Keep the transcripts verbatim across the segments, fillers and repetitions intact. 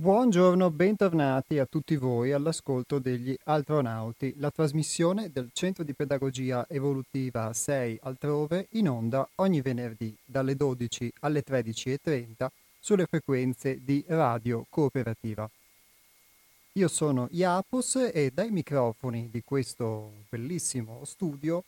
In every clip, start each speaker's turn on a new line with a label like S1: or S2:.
S1: Buongiorno, bentornati a tutti voi all'ascolto degli Altronauti, la trasmissione del Centro di Pedagogia Evolutiva sei Altrove in onda ogni venerdì dalle dodici alle tredici e trenta sulle frequenze di Radio Cooperativa. Io sono Iapos e dai microfoni di questo bellissimo studio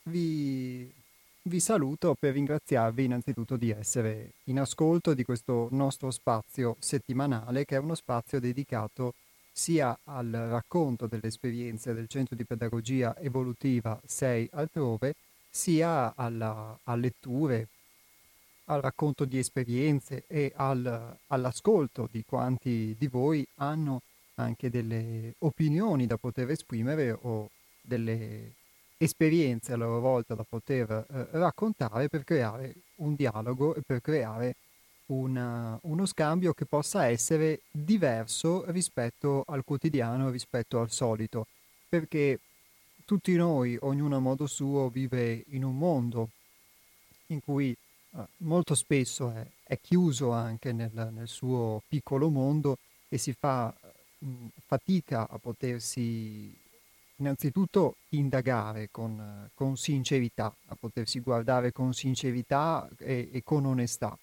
S1: vi, vi saluto per ringraziarvi innanzitutto di essere in ascolto di questo nostro spazio settimanale, che è uno spazio dedicato sia al racconto delle esperienze del Centro di Pedagogia Evolutiva sei Altrove, sia alla, a letture, al racconto di esperienze e al, all'ascolto di quanti di voi hanno anche delle opinioni da poter esprimere o delle esperienze a loro volta da poter eh, raccontare per creare un dialogo e per creare una, uno scambio che possa essere diverso rispetto al quotidiano, rispetto al solito, perché tutti noi, ognuno a modo suo, vive in un mondo in cui eh, molto spesso è, è chiuso anche nel, nel suo piccolo mondo e si fa mh, fatica a potersi innanzitutto indagare con, eh, con sincerità, a potersi guardare con sincerità e, e con onestà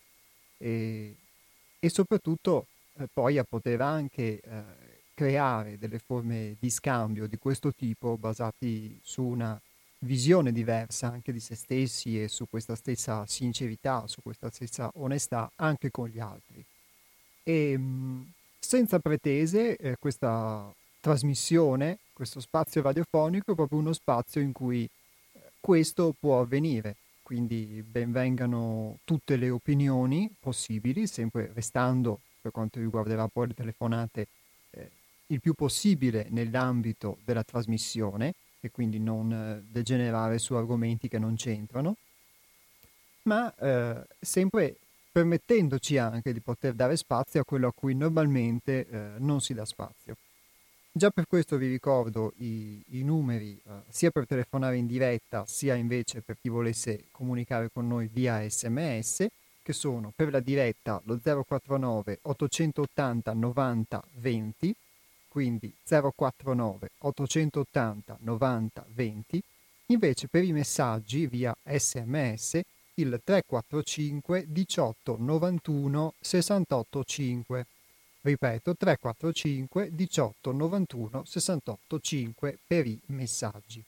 S1: e, e soprattutto eh, poi a poter anche eh, creare delle forme di scambio di questo tipo basati su una visione diversa anche di se stessi e su questa stessa sincerità, su questa stessa onestà anche con gli altri. E mh, senza pretese, eh, questa trasmissione, questo spazio radiofonico è proprio uno spazio in cui eh, questo può avvenire. Quindi benvengano tutte le opinioni possibili, sempre restando, per quanto riguarderà poi le telefonate, eh, il più possibile nell'ambito della trasmissione e quindi non eh, degenerare su argomenti che non c'entrano, ma eh, sempre permettendoci anche di poter dare spazio a quello a cui normalmente eh, non si dà spazio. Già per questo vi ricordo i, i numeri eh, sia per telefonare in diretta sia invece per chi volesse comunicare con noi via sms, che sono per la diretta lo zero quattro nove ottocentottanta novanta venti, quindi zero quattro nove ottocentottanta novanta venti, invece per i messaggi via sms il tre quattro cinque diciotto novantuno sessantotto cinque. Ripeto, tre quattro cinque diciotto novantuno sessantotto cinque per i messaggi.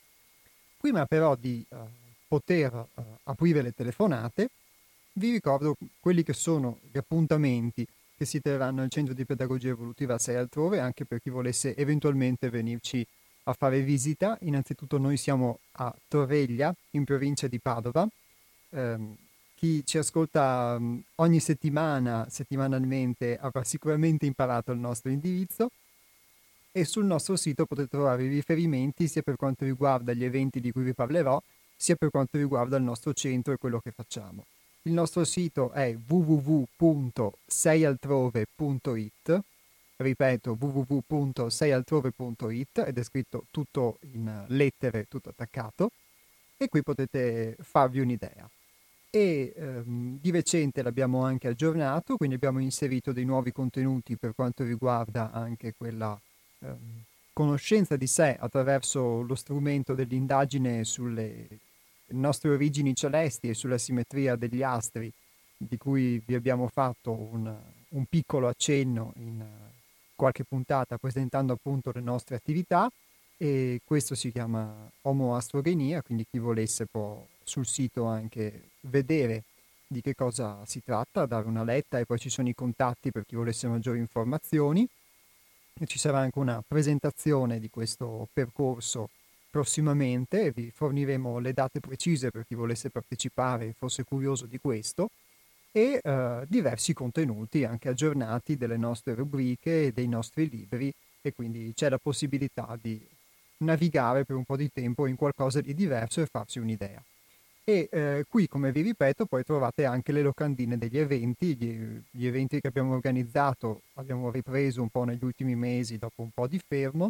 S1: Prima però di eh, poter eh, aprire le telefonate, vi ricordo quelli che sono gli appuntamenti che si terranno al Centro di Pedagogia Evolutiva sei Altrove, anche per chi volesse eventualmente venirci a fare visita. Innanzitutto noi siamo a Torreglia, in provincia di Padova. Um, chi ci ascolta um, ogni settimana, settimanalmente, avrà sicuramente imparato il nostro indirizzo e sul nostro sito potete trovare i riferimenti sia per quanto riguarda gli eventi di cui vi parlerò, sia per quanto riguarda il nostro centro e quello che facciamo. Il nostro sito è w w w punto sei altrove punto i t, ripeto w w w punto sei altrove punto i t, ed è scritto tutto in lettere, tutto attaccato, e qui potete farvi un'idea. E ehm, di recente l'abbiamo anche aggiornato, quindi abbiamo inserito dei nuovi contenuti per quanto riguarda anche quella ehm, conoscenza di sé attraverso lo strumento dell'indagine sulle nostre origini celesti e sulla simmetria degli astri, di cui vi abbiamo fatto un, un piccolo accenno in uh, qualche puntata presentando appunto le nostre attività, e questo si chiama Homo Astrogenia, quindi chi volesse può sul sito anche vedere di che cosa si tratta, dare una letta, e poi ci sono i contatti per chi volesse maggiori informazioni. E ci sarà anche una presentazione di questo percorso prossimamente e vi forniremo le date precise per chi volesse partecipare e fosse curioso di questo, e eh, diversi contenuti anche aggiornati delle nostre rubriche e dei nostri libri, e quindi c'è la possibilità di navigare per un po' di tempo in qualcosa di diverso e farsi un'idea. E eh, qui, come vi ripeto, poi trovate anche le locandine degli eventi, gli, gli eventi che abbiamo organizzato, abbiamo ripreso un po' negli ultimi mesi dopo un po' di fermo.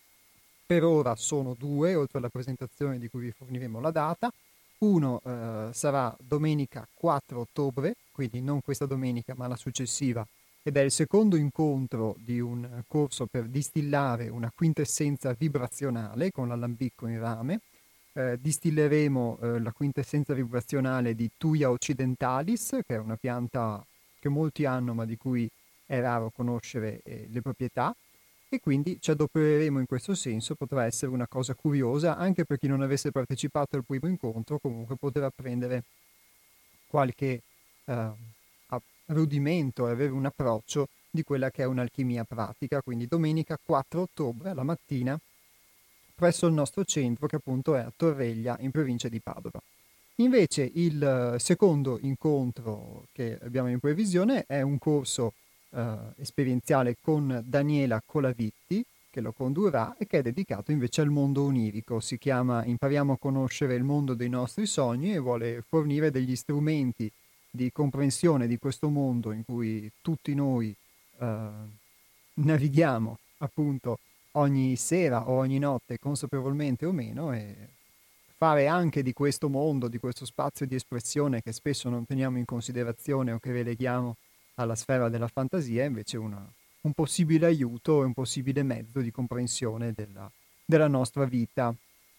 S1: Per ora sono due, oltre alla presentazione di cui vi forniremo la data. Uno eh, sarà domenica quattro ottobre, quindi non questa domenica ma la successiva, ed è il secondo incontro di un corso per distillare una quintessenza vibrazionale con l'alambicco in rame. Eh, distilleremo eh, la quintessenza vibrazionale di Thuja occidentalis, che è una pianta che molti hanno ma di cui è raro conoscere eh, le proprietà, e quindi ci adopereremo in questo senso. Potrà essere una cosa curiosa anche per chi non avesse partecipato al primo incontro, comunque potrà apprendere qualche eh, rudimento e avere un approccio di quella che è un'alchimia pratica. Quindi domenica quattro ottobre alla mattina presso il nostro centro, che appunto è a Torreglia in provincia di Padova. Invece il secondo incontro che abbiamo in previsione è un corso eh, esperienziale con Daniela Colavitti, che lo condurrà e che è dedicato invece al mondo onirico. Si chiama Impariamo a conoscere il mondo dei nostri sogni e vuole fornire degli strumenti di comprensione di questo mondo in cui tutti noi eh, navighiamo appunto ogni sera o ogni notte, consapevolmente o meno, e fare anche di questo mondo, di questo spazio di espressione che spesso non teniamo in considerazione o che releghiamo alla sfera della fantasia, invece una, un possibile aiuto e un possibile mezzo di comprensione della, della nostra vita,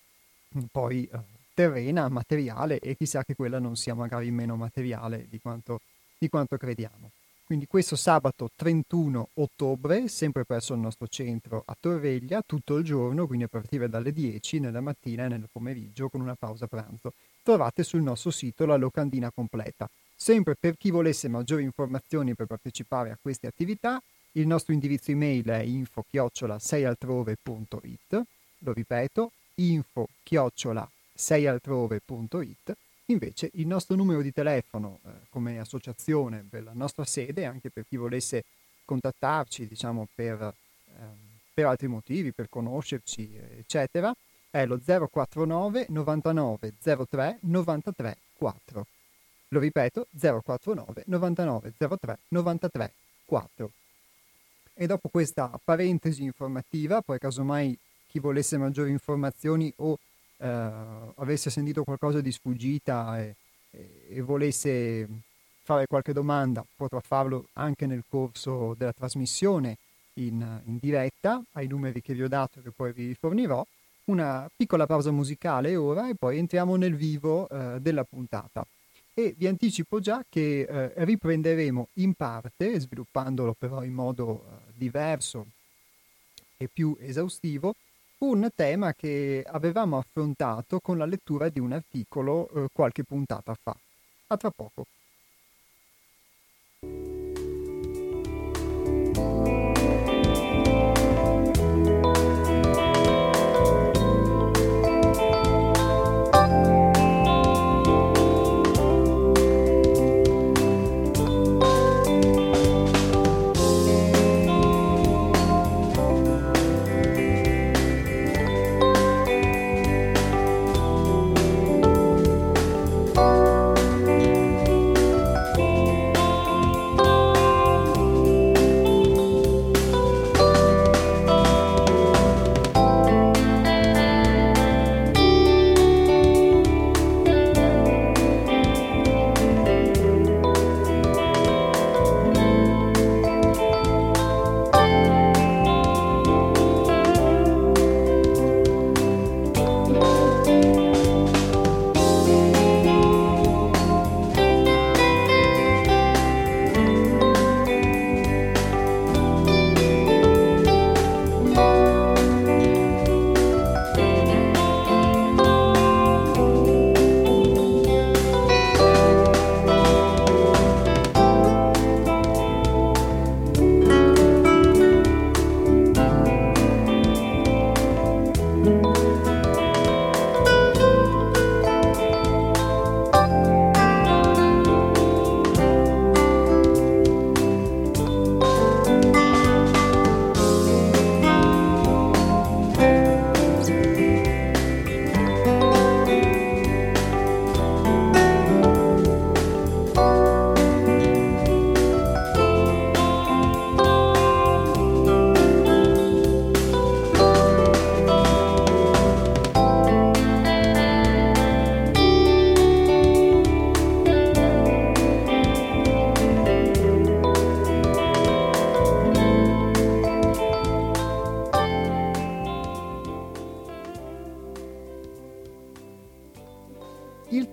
S1: poi eh, terrena, materiale, e chissà che quella non sia magari meno materiale di quanto, di quanto crediamo. Quindi questo sabato trentuno ottobre, sempre presso il nostro centro a Torreglia, tutto il giorno, quindi a partire dalle dieci nella mattina e nel pomeriggio con una pausa pranzo. Trovate sul nostro sito la locandina completa. Sempre per chi volesse maggiori informazioni per partecipare a queste attività, il nostro indirizzo email è info chiocciola seialtrove punto it, lo ripeto, info chiocciola seialtrove punto it. Invece il nostro numero di telefono eh, come associazione per la nostra sede, anche per chi volesse contattarci, diciamo, per, eh, per altri motivi, per conoscerci, eccetera, è lo zero quattro nove novantanove zero tre novantatré quattro. Lo ripeto, zero quattro nove novantanove zero tre novantatré quattro. E dopo questa parentesi informativa, poi casomai chi volesse maggiori informazioni o Uh, avesse sentito qualcosa di sfuggita e, e, e volesse fare qualche domanda, potrà farlo anche nel corso della trasmissione in, in diretta ai numeri che vi ho dato, che poi vi rifornirò. Una piccola pausa musicale ora e poi entriamo nel vivo uh, della puntata. E vi anticipo già che uh, riprenderemo in parte, sviluppandolo però in modo uh, diverso e più esaustivo, un tema che avevamo affrontato con la lettura di un articolo eh, qualche puntata fa. A tra poco.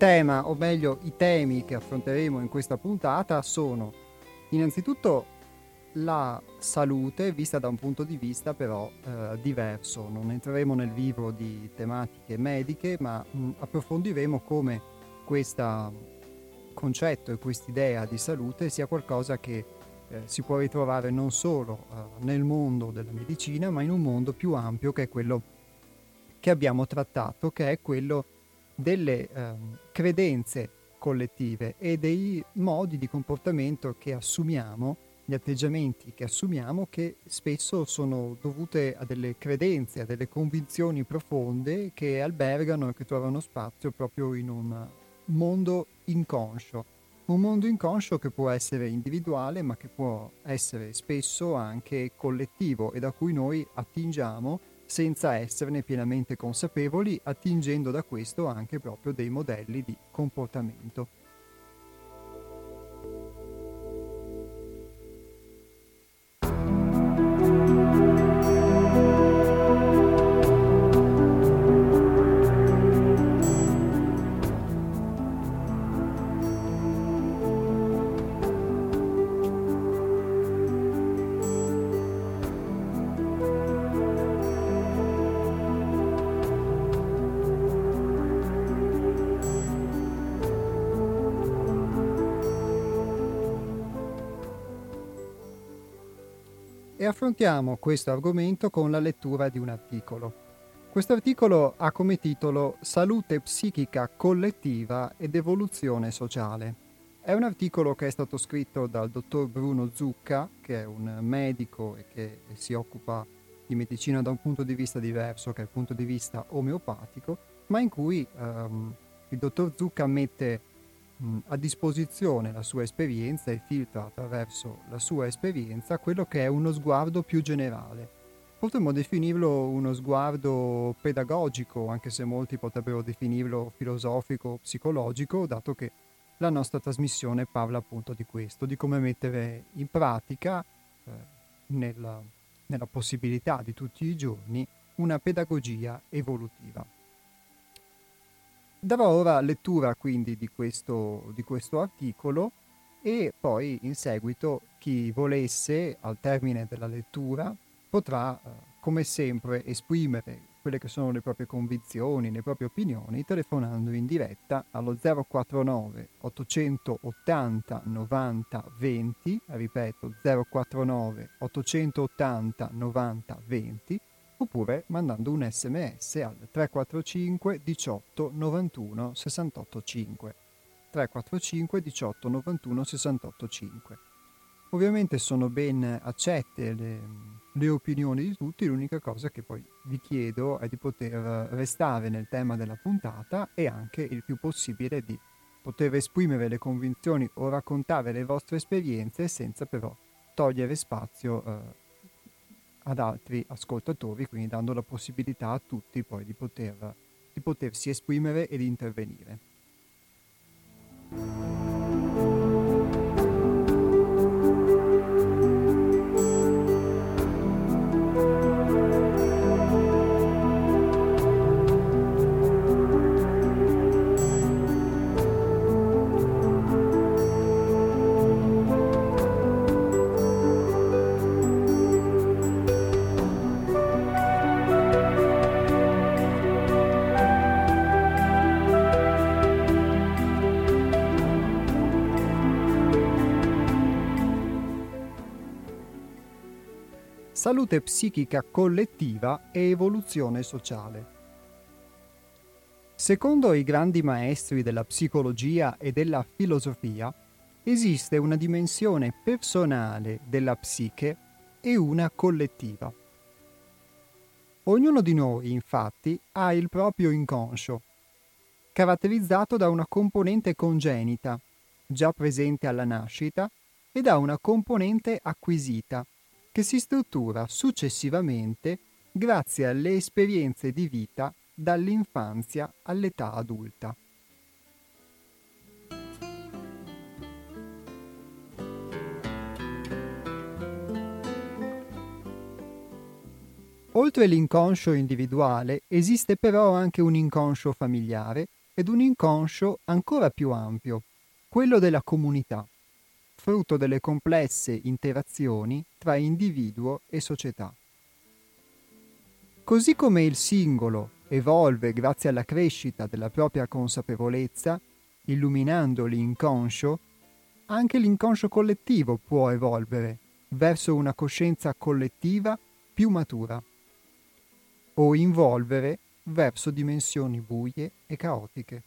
S1: tema, o meglio i temi che affronteremo in questa puntata sono innanzitutto la salute vista da un punto di vista però eh, diverso. Non entreremo nel vivo di tematiche mediche, ma mh, approfondiremo come questo concetto e quest'idea di salute sia qualcosa che eh, si può ritrovare non solo eh, nel mondo della medicina, ma in un mondo più ampio che è quello che abbiamo trattato, che è quello delle ehm, credenze collettive e dei modi di comportamento che assumiamo, gli atteggiamenti che assumiamo, che spesso sono dovute a delle credenze, a delle convinzioni profonde che albergano e che trovano spazio proprio in un mondo inconscio. Un mondo inconscio che può essere individuale, ma che può essere spesso anche collettivo e da cui noi attingiamo senza esserne pienamente consapevoli, attingendo da questo anche proprio dei modelli di comportamento. E affrontiamo questo argomento con la lettura di un articolo. Questo articolo ha come titolo Salute psichica collettiva ed evoluzione sociale. È un articolo che è stato scritto dal dottor Bruno Zucca, che è un medico e che si occupa di medicina da un punto di vista diverso, che è il punto di vista omeopatico, ma in cui ehm, il dottor Zucca mette a disposizione la sua esperienza e filtra attraverso la sua esperienza quello che è uno sguardo più generale. Potremmo definirlo uno sguardo pedagogico, anche se molti potrebbero definirlo filosofico, psicologico, dato che la nostra trasmissione parla appunto di questo, di come mettere in pratica, eh, nella, nella possibilità di tutti i giorni, una pedagogia evolutiva. Darò ora lettura quindi di questo, di questo articolo e poi in seguito chi volesse al termine della lettura potrà eh, come sempre esprimere quelle che sono le proprie convinzioni, le proprie opinioni telefonando in diretta allo zero quattro nove ottocentottanta novanta venti, ripeto zero quattro nove ottocentottanta novanta venti, oppure mandando un sms al tre quattro cinque diciotto novantuno sessantotto cinque. tre quattro cinque diciotto novantuno sessantotto cinque. Ovviamente sono ben accette le, le opinioni di tutti, l'unica cosa che poi vi chiedo è di poter restare nel tema della puntata e anche il più possibile di poter esprimere le convinzioni o raccontare le vostre esperienze senza però togliere spazio eh, ad altri ascoltatori, quindi dando la possibilità a tutti poi di poter di potersi esprimere e di intervenire. Salute psichica collettiva e evoluzione sociale. Secondo i grandi maestri della psicologia e della filosofia, esiste una dimensione personale della psiche e una collettiva. Ognuno di noi, infatti, ha il proprio inconscio, caratterizzato da una componente congenita, già presente alla nascita, e da una componente acquisita, che si struttura successivamente grazie alle esperienze di vita dall'infanzia all'età adulta. Oltre l'inconscio individuale, esiste però anche un inconscio familiare ed un inconscio ancora più ampio, quello della comunità, frutto delle complesse interazioni tra individuo e società. Così come il singolo evolve grazie alla crescita della propria consapevolezza, illuminando l'inconscio, anche l'inconscio collettivo può evolvere verso una coscienza collettiva più matura, o involvere verso dimensioni buie e caotiche.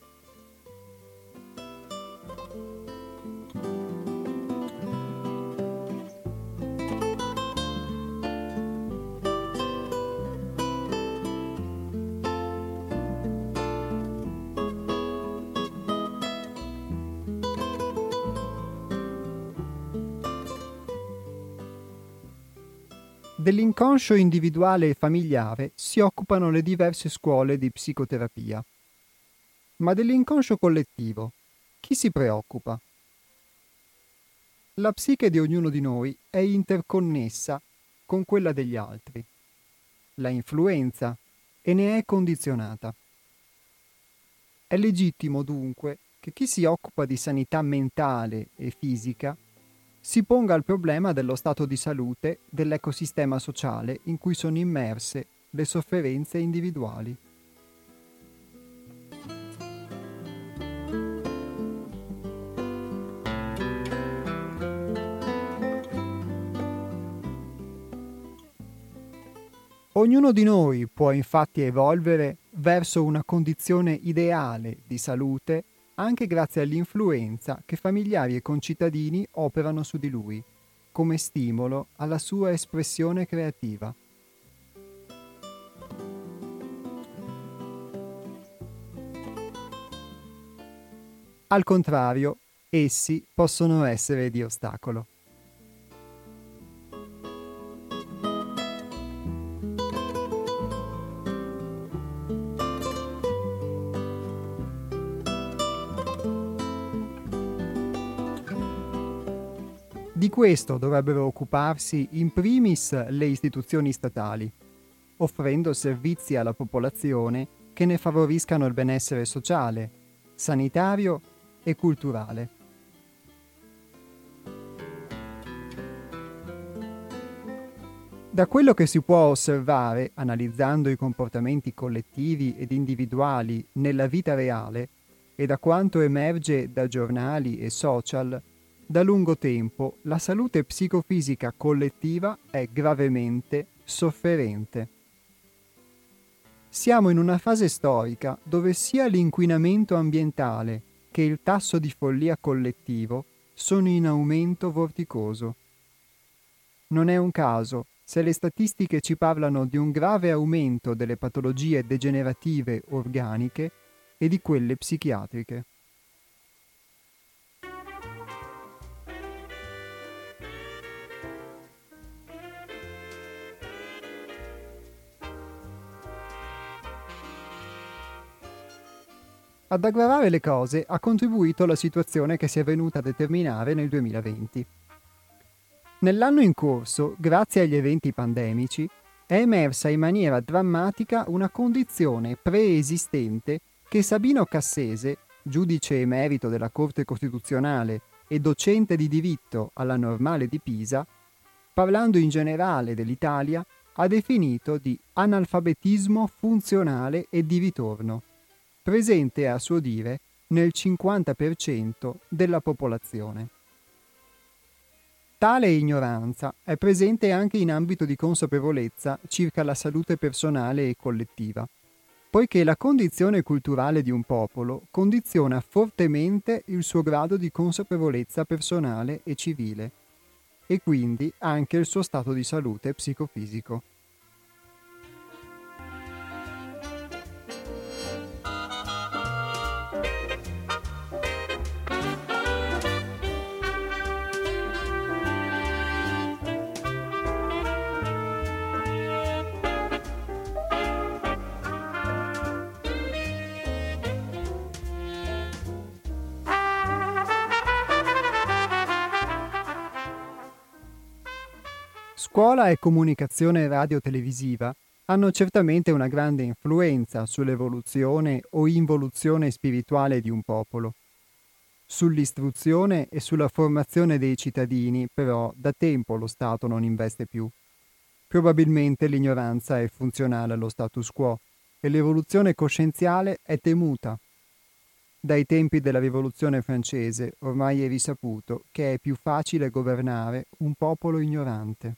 S1: Dell'inconscio individuale e familiare si occupano le diverse scuole di psicoterapia. Ma dell'inconscio collettivo, chi si preoccupa? La psiche di ognuno di noi è interconnessa con quella degli altri. La influenza e ne è condizionata. È legittimo dunque che chi si occupa di sanità mentale e fisica si ponga il problema dello stato di salute dell'ecosistema sociale in cui sono immerse le sofferenze individuali. Ognuno di noi può infatti evolvere verso una condizione ideale di salute anche grazie all'influenza che familiari e concittadini operano su di lui, come stimolo alla sua espressione creativa. Al contrario, essi possono essere di ostacolo. Di questo dovrebbero occuparsi in primis le istituzioni statali, offrendo servizi alla popolazione che ne favoriscano il benessere sociale, sanitario e culturale. Da quello che si può osservare, analizzando i comportamenti collettivi ed individuali nella vita reale, e da quanto emerge da giornali e social, da lungo tempo la salute psicofisica collettiva è gravemente sofferente. Siamo in una fase storica dove sia l'inquinamento ambientale che il tasso di follia collettivo sono in aumento vorticoso. Non è un caso se le statistiche ci parlano di un grave aumento delle patologie degenerative organiche e di quelle psichiatriche. Ad aggravare le cose ha contribuito la situazione che si è venuta a determinare nel duemilaventi. Nell'anno in corso, grazie agli eventi pandemici, è emersa in maniera drammatica una condizione preesistente che Sabino Cassese, giudice emerito della Corte Costituzionale e docente di diritto alla Normale di Pisa, parlando in generale dell'Italia, ha definito di analfabetismo funzionale e di ritorno, presente a suo dire nel cinquanta per cento della popolazione. Tale ignoranza è presente anche in ambito di consapevolezza circa la salute personale e collettiva, poiché la condizione culturale di un popolo condiziona fortemente il suo grado di consapevolezza personale e civile, e quindi anche il suo stato di salute psicofisico. Scuola e comunicazione radio-televisiva hanno certamente una grande influenza sull'evoluzione o involuzione spirituale di un popolo. Sull'istruzione e sulla formazione dei cittadini, però, da tempo lo Stato non investe più. Probabilmente l'ignoranza è funzionale allo status quo e l'evoluzione coscienziale è temuta. Dai tempi della Rivoluzione francese ormai è risaputo che è più facile governare un popolo ignorante.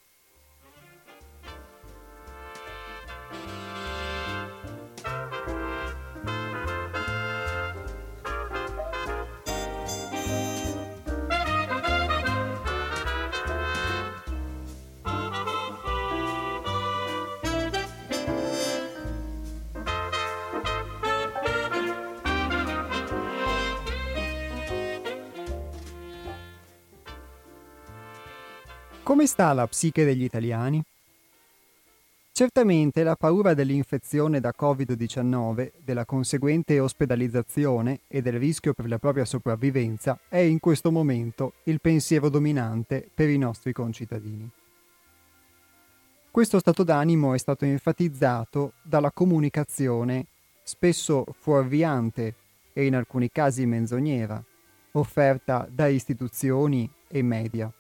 S1: Come sta la psiche degli italiani? Certamente la paura dell'infezione da covid diciannove, della conseguente ospedalizzazione e del rischio per la propria sopravvivenza è in questo momento il pensiero dominante per i nostri concittadini. Questo stato d'animo è stato enfatizzato dalla comunicazione, spesso fuorviante e in alcuni casi menzognera, offerta da istituzioni e media.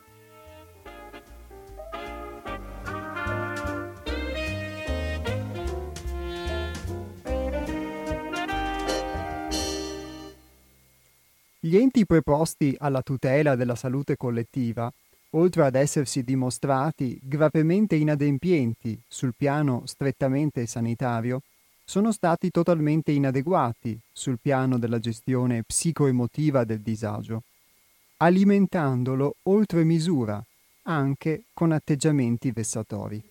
S1: Gli enti preposti alla tutela della salute collettiva, oltre ad essersi dimostrati gravemente inadempienti sul piano strettamente sanitario, sono stati totalmente inadeguati sul piano della gestione psicoemotiva del disagio, alimentandolo oltre misura, anche con atteggiamenti vessatori.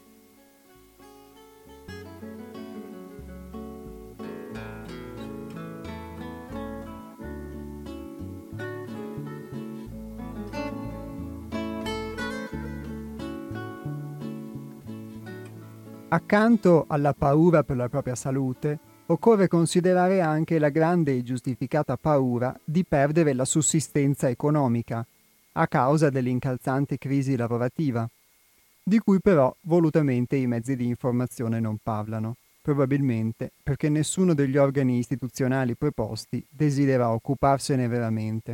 S1: Accanto alla paura per la propria salute, occorre considerare anche la grande e giustificata paura di perdere la sussistenza economica a causa dell'incalzante crisi lavorativa, di cui però volutamente i mezzi di informazione non parlano, probabilmente perché nessuno degli organi istituzionali preposti desidera occuparsene veramente.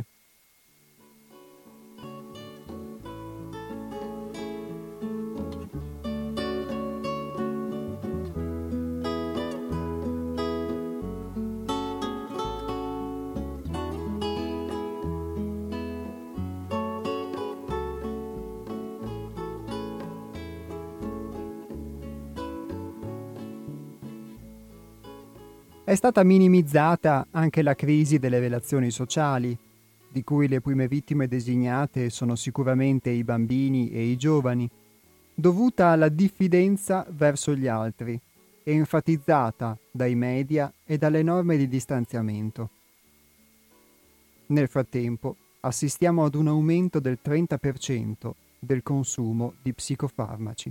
S1: È stata minimizzata anche la crisi delle relazioni sociali, di cui le prime vittime designate sono sicuramente i bambini e i giovani, dovuta alla diffidenza verso gli altri, e enfatizzata dai media e dalle norme di distanziamento. Nel frattempo, assistiamo ad un aumento del trenta per cento del consumo di psicofarmaci.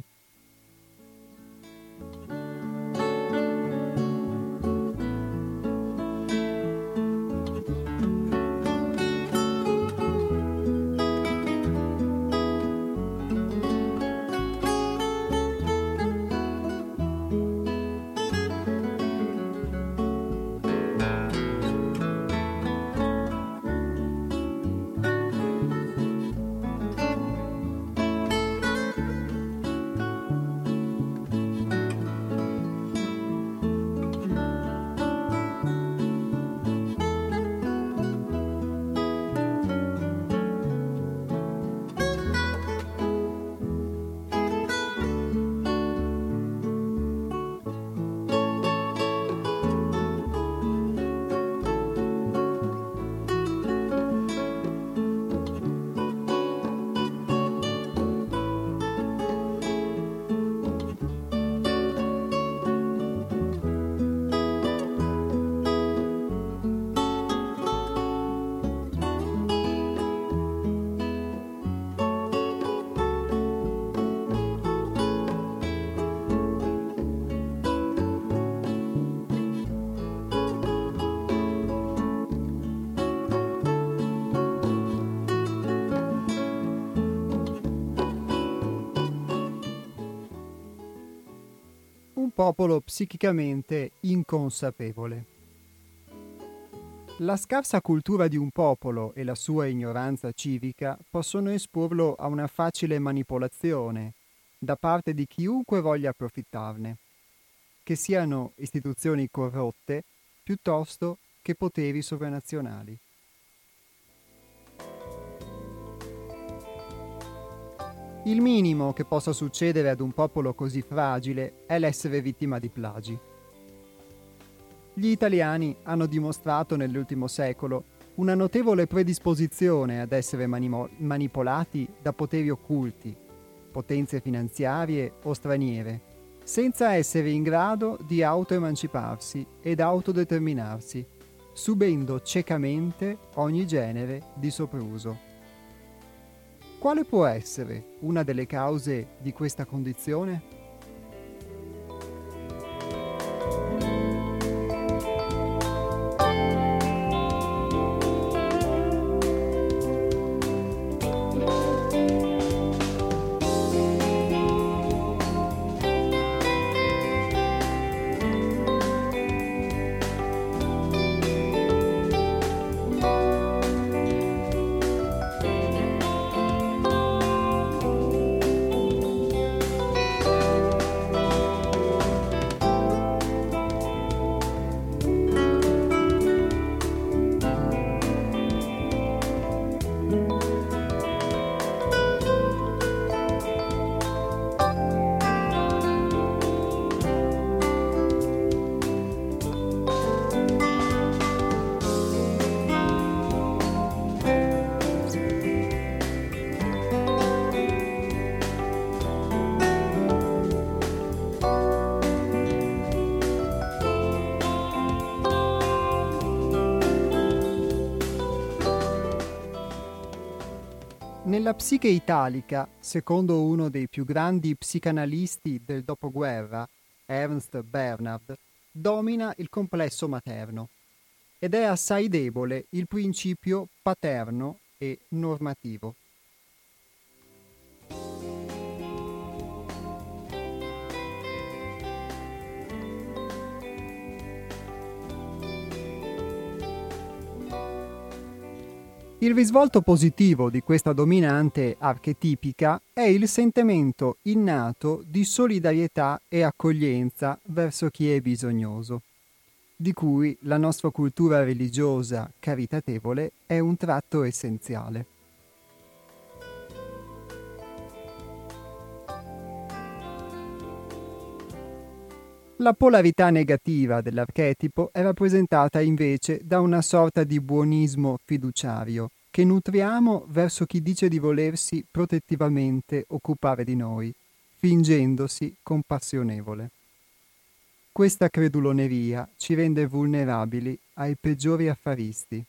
S1: popolo psichicamente inconsapevole. La scarsa cultura di un popolo e la sua ignoranza civica possono esporlo a una facile manipolazione da parte di chiunque voglia approfittarne, che siano istituzioni corrotte piuttosto che poteri sovranazionali. Il minimo che possa succedere ad un popolo così fragile è l'essere vittima di plagi. Gli italiani hanno dimostrato nell'ultimo secolo una notevole predisposizione ad essere manimo- manipolati da poteri occulti, potenze finanziarie o straniere, senza essere in grado di autoemanciparsi ed autodeterminarsi, subendo ciecamente ogni genere di sopruso. Quale può essere una delle cause di questa condizione? Nella psiche italica, secondo uno dei più grandi psicanalisti del dopoguerra, Ernst Bernhard, domina il complesso materno ed è assai debole il principio paterno e normativo. Il risvolto positivo di questa dominante archetipica è il sentimento innato di solidarietà e accoglienza verso chi è bisognoso, di cui la nostra cultura religiosa caritatevole è un tratto essenziale. La polarità negativa dell'archetipo è rappresentata invece da una sorta di buonismo fiduciario che nutriamo verso chi dice di volersi protettivamente occupare di noi, fingendosi compassionevole. Questa creduloneria ci rende vulnerabili ai peggiori affaristi.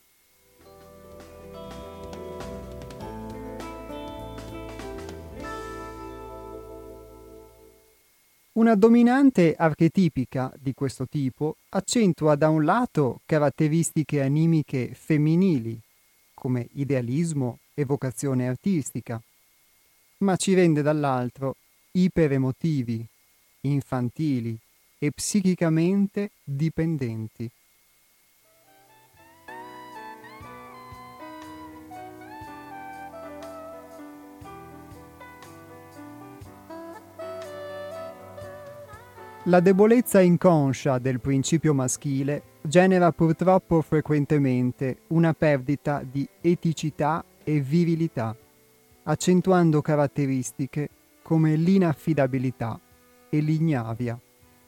S1: Una dominante archetipica di questo tipo accentua da un lato caratteristiche animiche femminili, come idealismo e vocazione artistica, ma ci rende dall'altro iperemotivi, infantili e psichicamente dipendenti. La debolezza inconscia del principio maschile genera purtroppo frequentemente una perdita di eticità e virilità, accentuando caratteristiche come l'inaffidabilità e l'ignavia.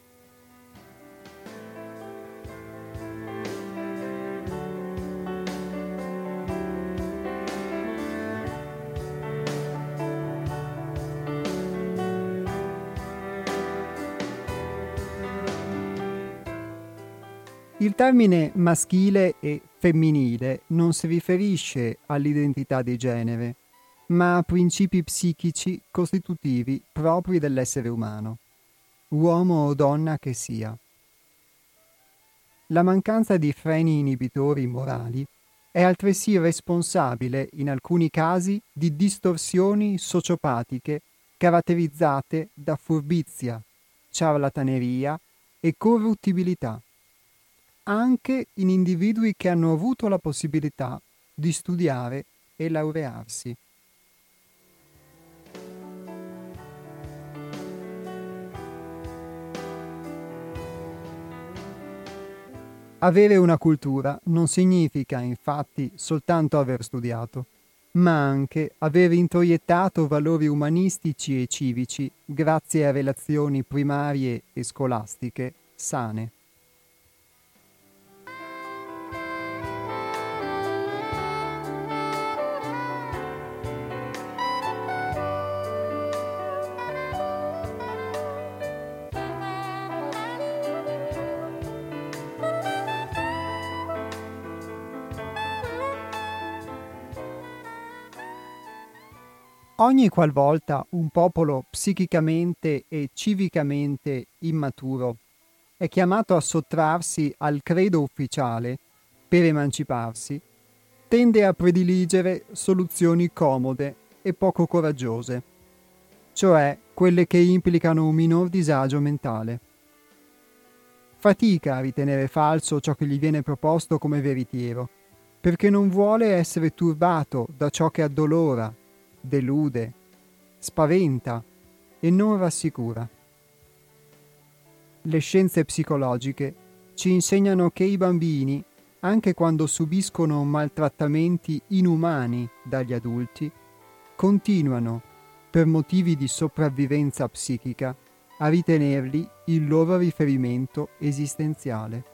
S1: Il termine maschile e femminile non si riferisce all'identità di genere, ma a principi psichici costitutivi propri dell'essere umano, uomo o donna che sia. La mancanza di freni inibitori morali è altresì responsabile in alcuni casi di distorsioni sociopatiche caratterizzate da furbizia, ciarlataneria e corruttibilità, anche in individui che hanno avuto la possibilità di studiare e laurearsi. Avere una cultura non significa infatti soltanto aver studiato, ma anche aver introiettato valori umanistici e civici grazie a relazioni primarie e scolastiche sane. Ogni qualvolta un popolo psichicamente e civicamente immaturo è chiamato a sottrarsi al credo ufficiale per emanciparsi, tende a prediligere soluzioni comode e poco coraggiose, cioè quelle che implicano un minor disagio mentale. Fatica a ritenere falso ciò che gli viene proposto come veritiero, perché non vuole essere turbato da ciò che addolora, delude, spaventa e non rassicura. Le scienze psicologiche ci insegnano che i bambini, anche quando subiscono maltrattamenti inumani dagli adulti, continuano, per motivi di sopravvivenza psichica, a ritenerli il loro riferimento esistenziale.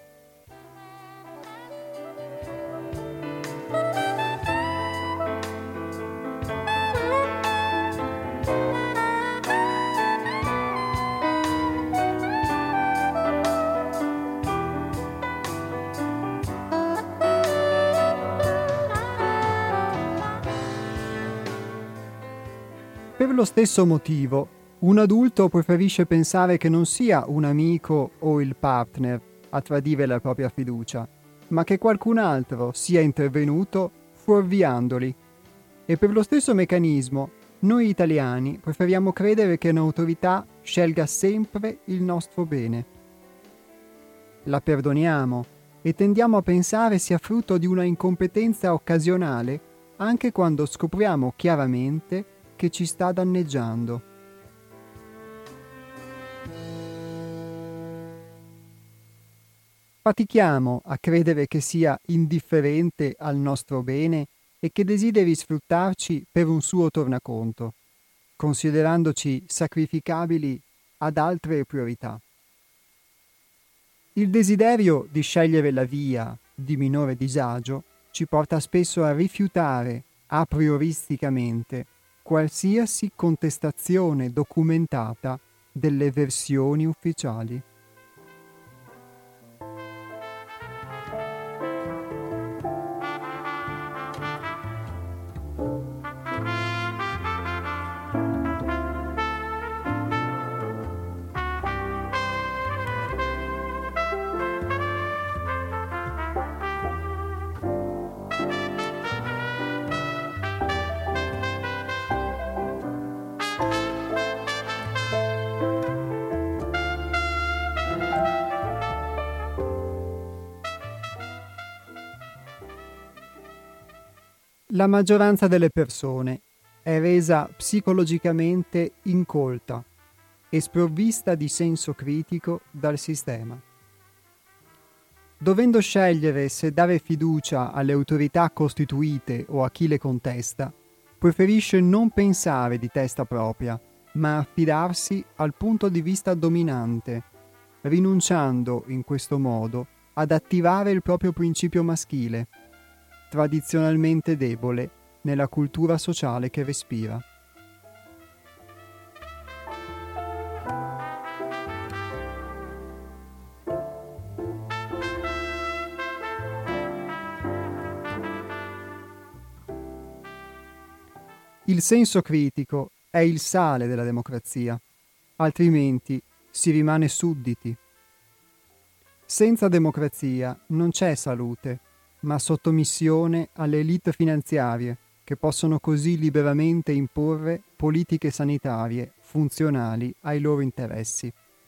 S1: Per lo stesso motivo, un adulto preferisce pensare che non sia un amico o il partner a tradire la propria fiducia, ma che qualcun altro sia intervenuto fuorviandoli. E per lo stesso meccanismo, noi italiani preferiamo credere che un'autorità scelga sempre il nostro bene. La perdoniamo e tendiamo a pensare sia frutto di una incompetenza occasionale anche quando scopriamo chiaramente che ci sta danneggiando. Fatichiamo a credere che sia indifferente al nostro bene e che desideri sfruttarci per un suo tornaconto, considerandoci sacrificabili ad altre priorità. Il desiderio di scegliere la via di minore disagio ci porta spesso a rifiutare a prioristicamente qualsiasi contestazione documentata delle versioni ufficiali. La maggioranza delle persone è resa psicologicamente incolta e sprovvista di senso critico dal sistema. Dovendo scegliere se dare fiducia alle autorità costituite o a chi le contesta, preferisce non pensare di testa propria, ma affidarsi al punto di vista dominante, rinunciando in questo modo ad attivare il proprio principio maschile, tradizionalmente debole nella cultura sociale che respira. Il senso critico è il sale della democrazia, altrimenti si rimane sudditi. Senza democrazia non c'è salute, ma sottomissione alle elite finanziarie, che possono così liberamente imporre politiche sanitarie funzionali ai loro interessi.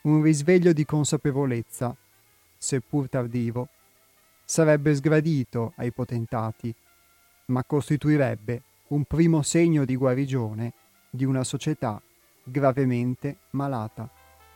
S1: Un risveglio di consapevolezza, seppur tardivo, sarebbe sgradito ai potentati, ma costituirebbe un primo segno di guarigione di una società gravemente malata.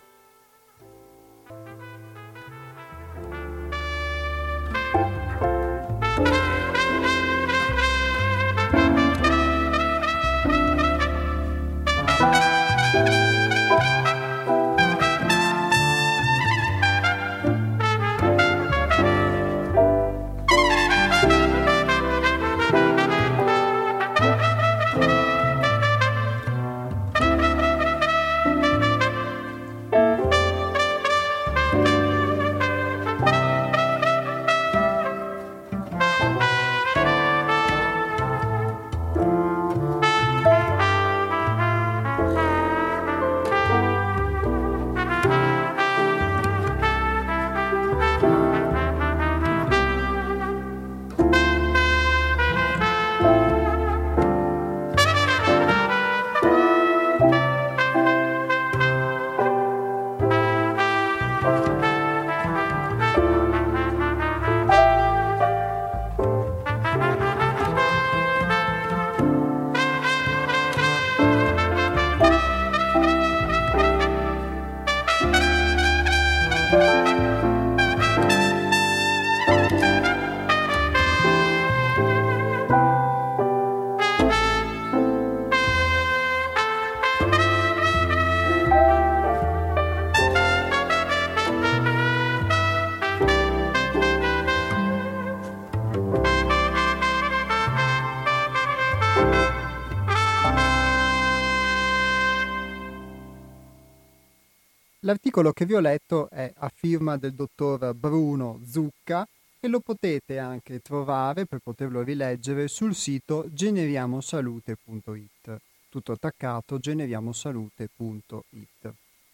S1: L'articolo che vi ho letto è a firma del dottor Bruno Zucca e lo potete anche trovare, per poterlo rileggere, sul sito generiamosalute punto it, tutto attaccato, generiamosalute punto it.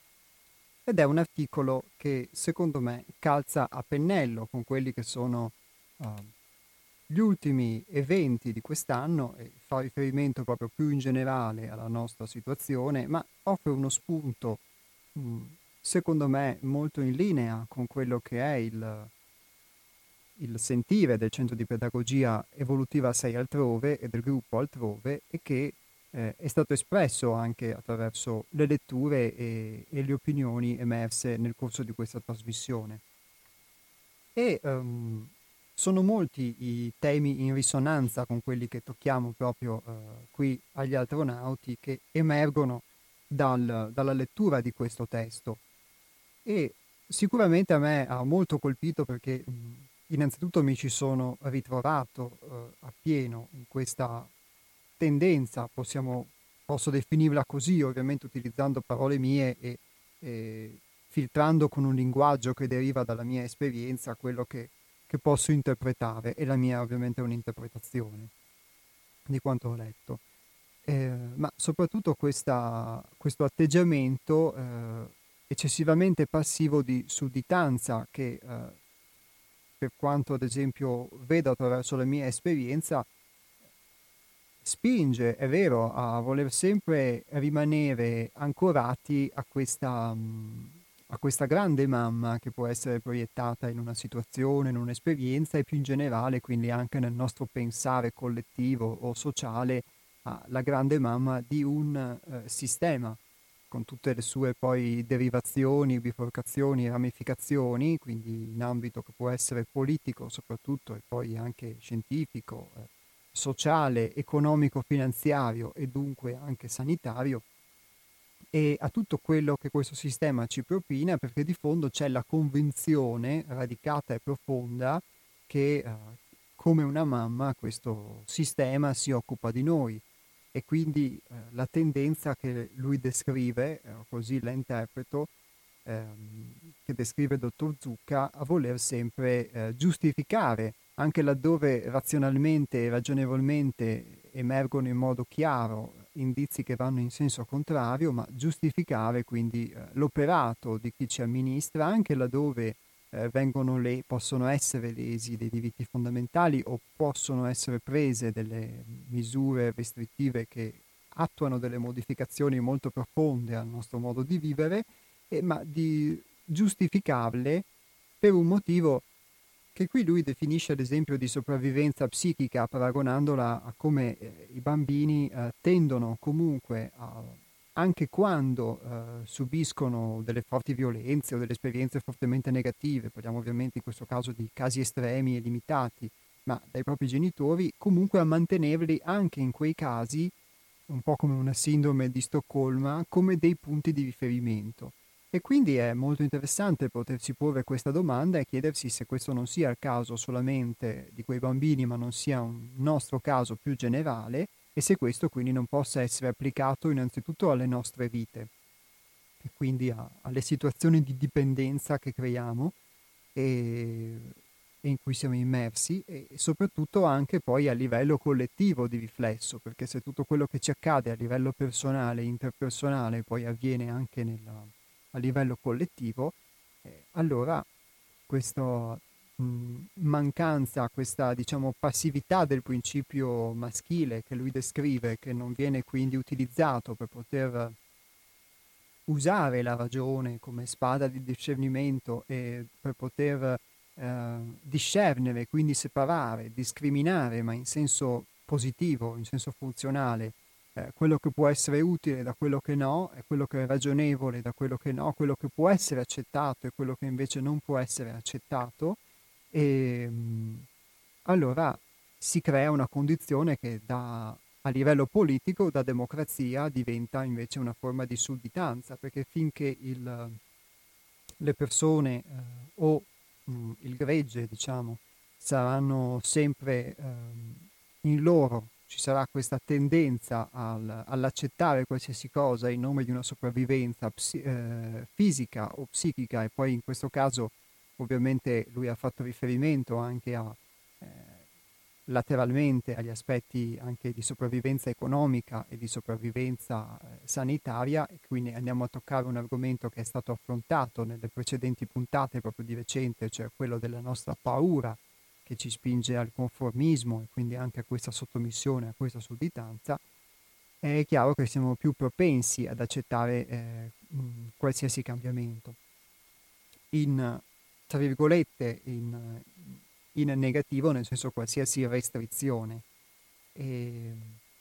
S1: Ed è un articolo che secondo me calza a pennello con quelli che sono uh, gli ultimi eventi di quest'anno e fa riferimento proprio più in generale alla nostra situazione, ma offre uno spunto mh, secondo me molto in linea con quello che è il, il sentire del Centro di Pedagogia Evolutiva sei Altrove e del gruppo Altrove, e che eh, è stato espresso anche attraverso le letture e, e le opinioni emerse nel corso di questa trasmissione. E um, sono molti i temi in risonanza con quelli che tocchiamo proprio uh, qui agli Altronauti, che emergono dal, dalla lettura di questo testo. E sicuramente a me ha molto colpito perché mh, innanzitutto mi ci sono ritrovato eh, appieno in questa tendenza, possiamo, posso definirla così, ovviamente utilizzando parole mie e, e filtrando con un linguaggio che deriva dalla mia esperienza quello che, che posso interpretare, e la mia ovviamente è un'interpretazione di quanto ho letto. Eh, ma soprattutto questa, questo atteggiamento eh, eccessivamente passivo di sudditanza che, eh, per quanto ad esempio vedo attraverso la mia esperienza, spinge, è vero, a voler sempre rimanere ancorati a questa, a questa grande mamma che può essere proiettata in una situazione, in un'esperienza, e più in generale quindi anche nel nostro pensare collettivo o sociale alla grande mamma di un eh, sistema, con tutte le sue poi derivazioni, biforcazioni, ramificazioni, quindi in ambito che può essere politico soprattutto, e poi anche scientifico, eh, sociale, economico, finanziario e dunque anche sanitario, e a tutto quello che questo sistema ci propina, perché di fondo c'è la convinzione radicata e profonda che eh, come una mamma questo sistema si occupa di noi. E quindi eh, la tendenza che lui descrive, eh, così la interpreto, ehm, che descrive il dottor Zucca, a voler sempre eh, giustificare, anche laddove razionalmente e ragionevolmente emergono in modo chiaro indizi che vanno in senso contrario, ma giustificare quindi eh, l'operato di chi ci amministra, anche laddove eh, vengono le, possono essere lesi dei diritti fondamentali o possono essere prese delle misure restrittive che attuano delle modificazioni molto profonde al nostro modo di vivere, eh, ma di giustificabile per un motivo che qui lui definisce ad esempio di sopravvivenza psichica, paragonandola a come eh, i bambini eh, tendono comunque a, anche quando eh, subiscono delle forti violenze o delle esperienze fortemente negative, parliamo ovviamente in questo caso di casi estremi e limitati, ma dai propri genitori, comunque a mantenerli anche in quei casi, un po' come una sindrome di Stoccolma, come dei punti di riferimento. E quindi è molto interessante potersi porre questa domanda e chiedersi se questo non sia il caso solamente di quei bambini, ma non sia un nostro caso più generale, e se questo quindi non possa essere applicato innanzitutto alle nostre vite, e quindi a, alle situazioni di dipendenza che creiamo e, e in cui siamo immersi, e soprattutto anche poi a livello collettivo di riflesso, perché se tutto quello che ci accade a livello personale, interpersonale, poi avviene anche nella, a livello collettivo, eh, allora questa mancanza, questa diciamo passività del principio maschile che lui descrive, che non viene quindi utilizzato per poter usare la ragione come spada di discernimento e per poter eh, discernere, quindi separare, discriminare, ma in senso positivo, in senso funzionale, eh, quello che può essere utile da quello che no, e quello che è ragionevole da quello che no, quello che può essere accettato e quello che invece non può essere accettato, e mh, allora si crea una condizione che da, a livello politico, da democrazia, diventa invece una forma di sudditanza, perché finché il, le persone eh, o mh, il gregge, diciamo, saranno sempre ehm, in loro, ci sarà questa tendenza al, all'accettare qualsiasi cosa in nome di una sopravvivenza psi- eh, fisica o psichica, e poi in questo caso ovviamente lui ha fatto riferimento anche a eh, lateralmente agli aspetti anche di sopravvivenza economica e di sopravvivenza eh, sanitaria, e quindi andiamo a toccare un argomento che è stato affrontato nelle precedenti puntate proprio di recente, cioè quello della nostra paura che ci spinge al conformismo e quindi anche a questa sottomissione, a questa sudditanza. È chiaro che siamo più propensi ad accettare eh, mh, qualsiasi cambiamento. In, tra virgolette, in, in negativo, nel senso qualsiasi restrizione. E,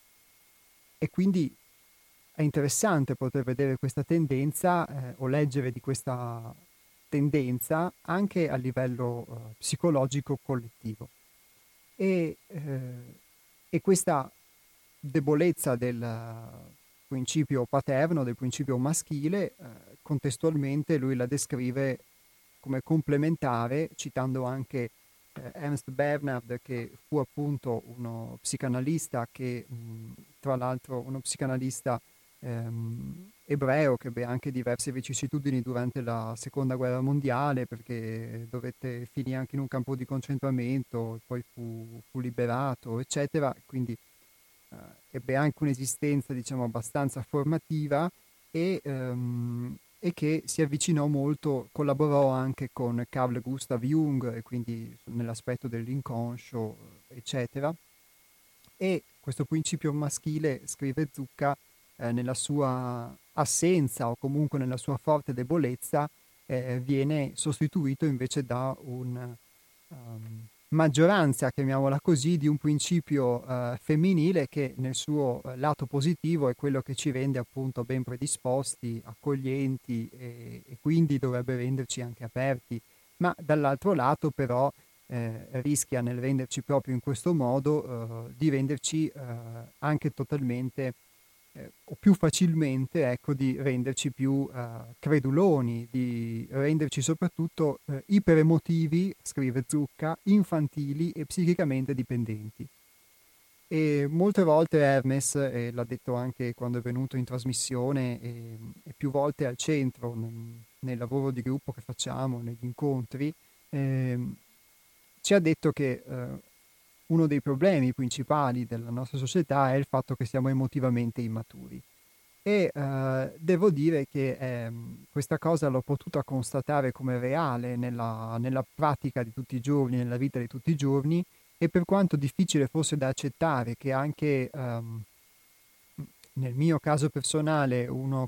S1: e quindi è interessante poter vedere questa tendenza eh, o leggere di questa tendenza anche a livello eh, psicologico collettivo. E, eh, e questa debolezza del principio paterno, del principio maschile, eh, contestualmente lui la descrive come complementare, citando anche eh, Ernst Bernhard, che fu appunto uno psicanalista che, mh, tra l'altro, uno psicanalista ehm, ebreo che ebbe anche diverse vicissitudini durante la seconda guerra mondiale, perché dovette finire anche in un campo di concentramento, poi fu, fu liberato, eccetera. Quindi eh, ebbe anche un'esistenza, diciamo, abbastanza formativa, e, ehm, e che si avvicinò molto, collaborò anche con Carl Gustav Jung, e quindi nell'aspetto dell'inconscio, eccetera. E questo principio maschile, scrive Zucca, eh, nella sua assenza o comunque nella sua forte debolezza, eh, viene sostituito invece da un um, maggioranza, chiamiamola così, di un principio uh, femminile che nel suo uh, lato positivo è quello che ci rende appunto ben predisposti, accoglienti, e, e quindi dovrebbe renderci anche aperti, ma dall'altro lato però eh, rischia, nel renderci proprio in questo modo, eh, di renderci eh, anche totalmente eh, o più facilmente, ecco, di renderci più eh, creduloni, di renderci soprattutto eh, iperemotivi, scrive Zucca, infantili e psichicamente dipendenti. E molte volte Hermes, e l'ha detto anche quando è venuto in trasmissione, e, e più volte al centro nel, nel lavoro di gruppo che facciamo, negli incontri, ehm, ci ha detto che eh, uno dei problemi principali della nostra società è il fatto che siamo emotivamente immaturi. E eh, devo dire che ehm, questa cosa l'ho potuta constatare come reale nella, nella pratica di tutti i giorni, nella vita di tutti i giorni, e per quanto difficile fosse da accettare che anche ehm, nel mio caso personale, uno che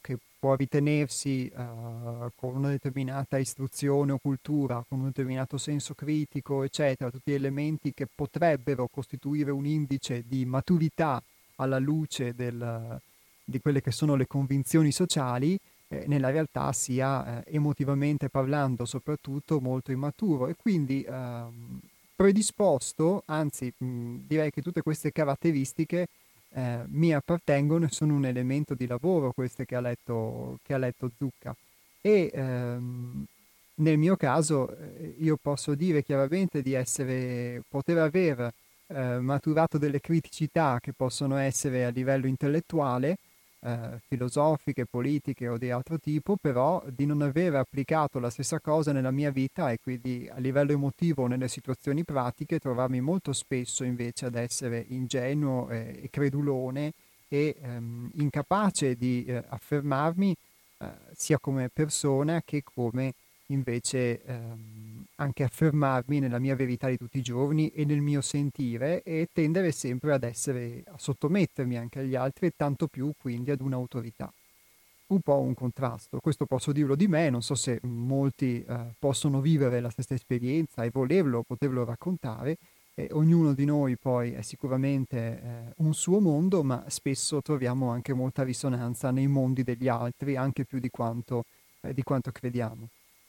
S1: può ritenersi uh, con una determinata istruzione o cultura, con un determinato senso critico, eccetera, tutti elementi che potrebbero costituire un indice di maturità alla luce del, di quelle che sono le convinzioni sociali, eh, nella realtà sia eh, emotivamente parlando soprattutto molto immaturo e quindi ehm, predisposto, anzi mh, direi che tutte queste caratteristiche eh, mi appartengono e sono un elemento di lavoro queste che ha letto, che ha letto Zucca. E ehm, nel mio caso eh, io posso dire chiaramente di essere, poter aver eh, maturato delle criticità che possono essere a livello intellettuale, eh, filosofiche, politiche o di altro tipo, però di non aver applicato la stessa cosa nella mia vita e quindi a livello emotivo nelle situazioni pratiche trovarmi molto spesso invece ad essere ingenuo eh, e credulone e ehm, incapace di eh, affermarmi eh, sia come persona che come invece ehm, anche affermarmi nella mia verità di tutti i giorni e nel mio sentire e tendere sempre ad essere, a sottomettermi anche agli altri e tanto più quindi ad un'autorità. Un po' un contrasto, questo posso dirlo di me, non so se molti eh, possono vivere la stessa esperienza e volerlo, poterlo raccontare, e ognuno di noi poi è sicuramente eh, un suo mondo, ma spesso troviamo anche molta risonanza nei mondi degli altri, anche più di quanto, eh, di quanto crediamo.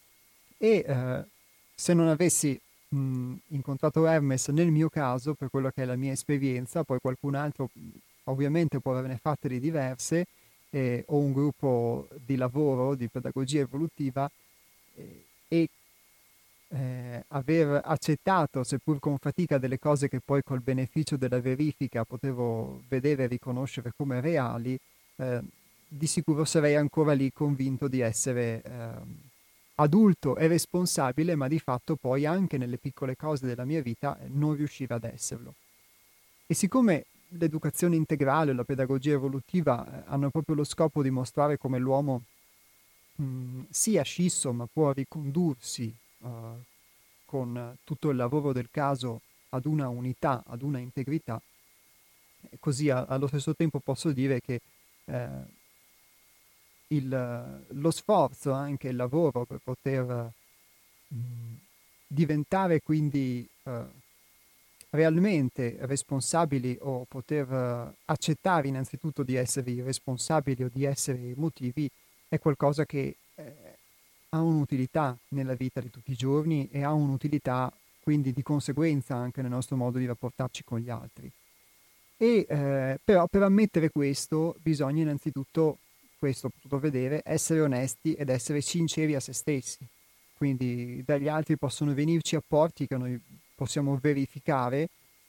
S1: E eh, se non avessi mh, incontrato Hermes nel mio caso, per quello che è la mia esperienza, poi qualcun altro mh, ovviamente può averne fatte di diverse, eh, o un gruppo di lavoro, di pedagogia evolutiva, eh, e eh, aver accettato, seppur con fatica, delle cose che poi col beneficio della verifica potevo vedere e riconoscere come reali, eh, di sicuro sarei ancora lì convinto di essere ehm, adulto e responsabile, ma di fatto poi anche nelle piccole cose della mia vita eh, non riusciva ad esserlo. E siccome l'educazione integrale o la pedagogia evolutiva eh, hanno proprio lo scopo di mostrare come l'uomo mh, sia scisso ma può ricondursi uh, con tutto il lavoro del caso ad una unità, ad una integrità, e così a- allo stesso tempo posso dire che eh, il, lo sforzo, anche il lavoro per poter mh, diventare quindi eh, realmente responsabili o poter eh, accettare innanzitutto di essere responsabili o di essere emotivi è qualcosa che eh, ha un'utilità nella vita di tutti i giorni e ha un'utilità quindi di conseguenza anche nel nostro modo di rapportarci con gli altri. E eh, però per ammettere questo bisogna innanzitutto, questo ho potuto vedere, essere onesti ed essere sinceri a se stessi. Quindi dagli altri possono venirci apporti che noi possiamo verificare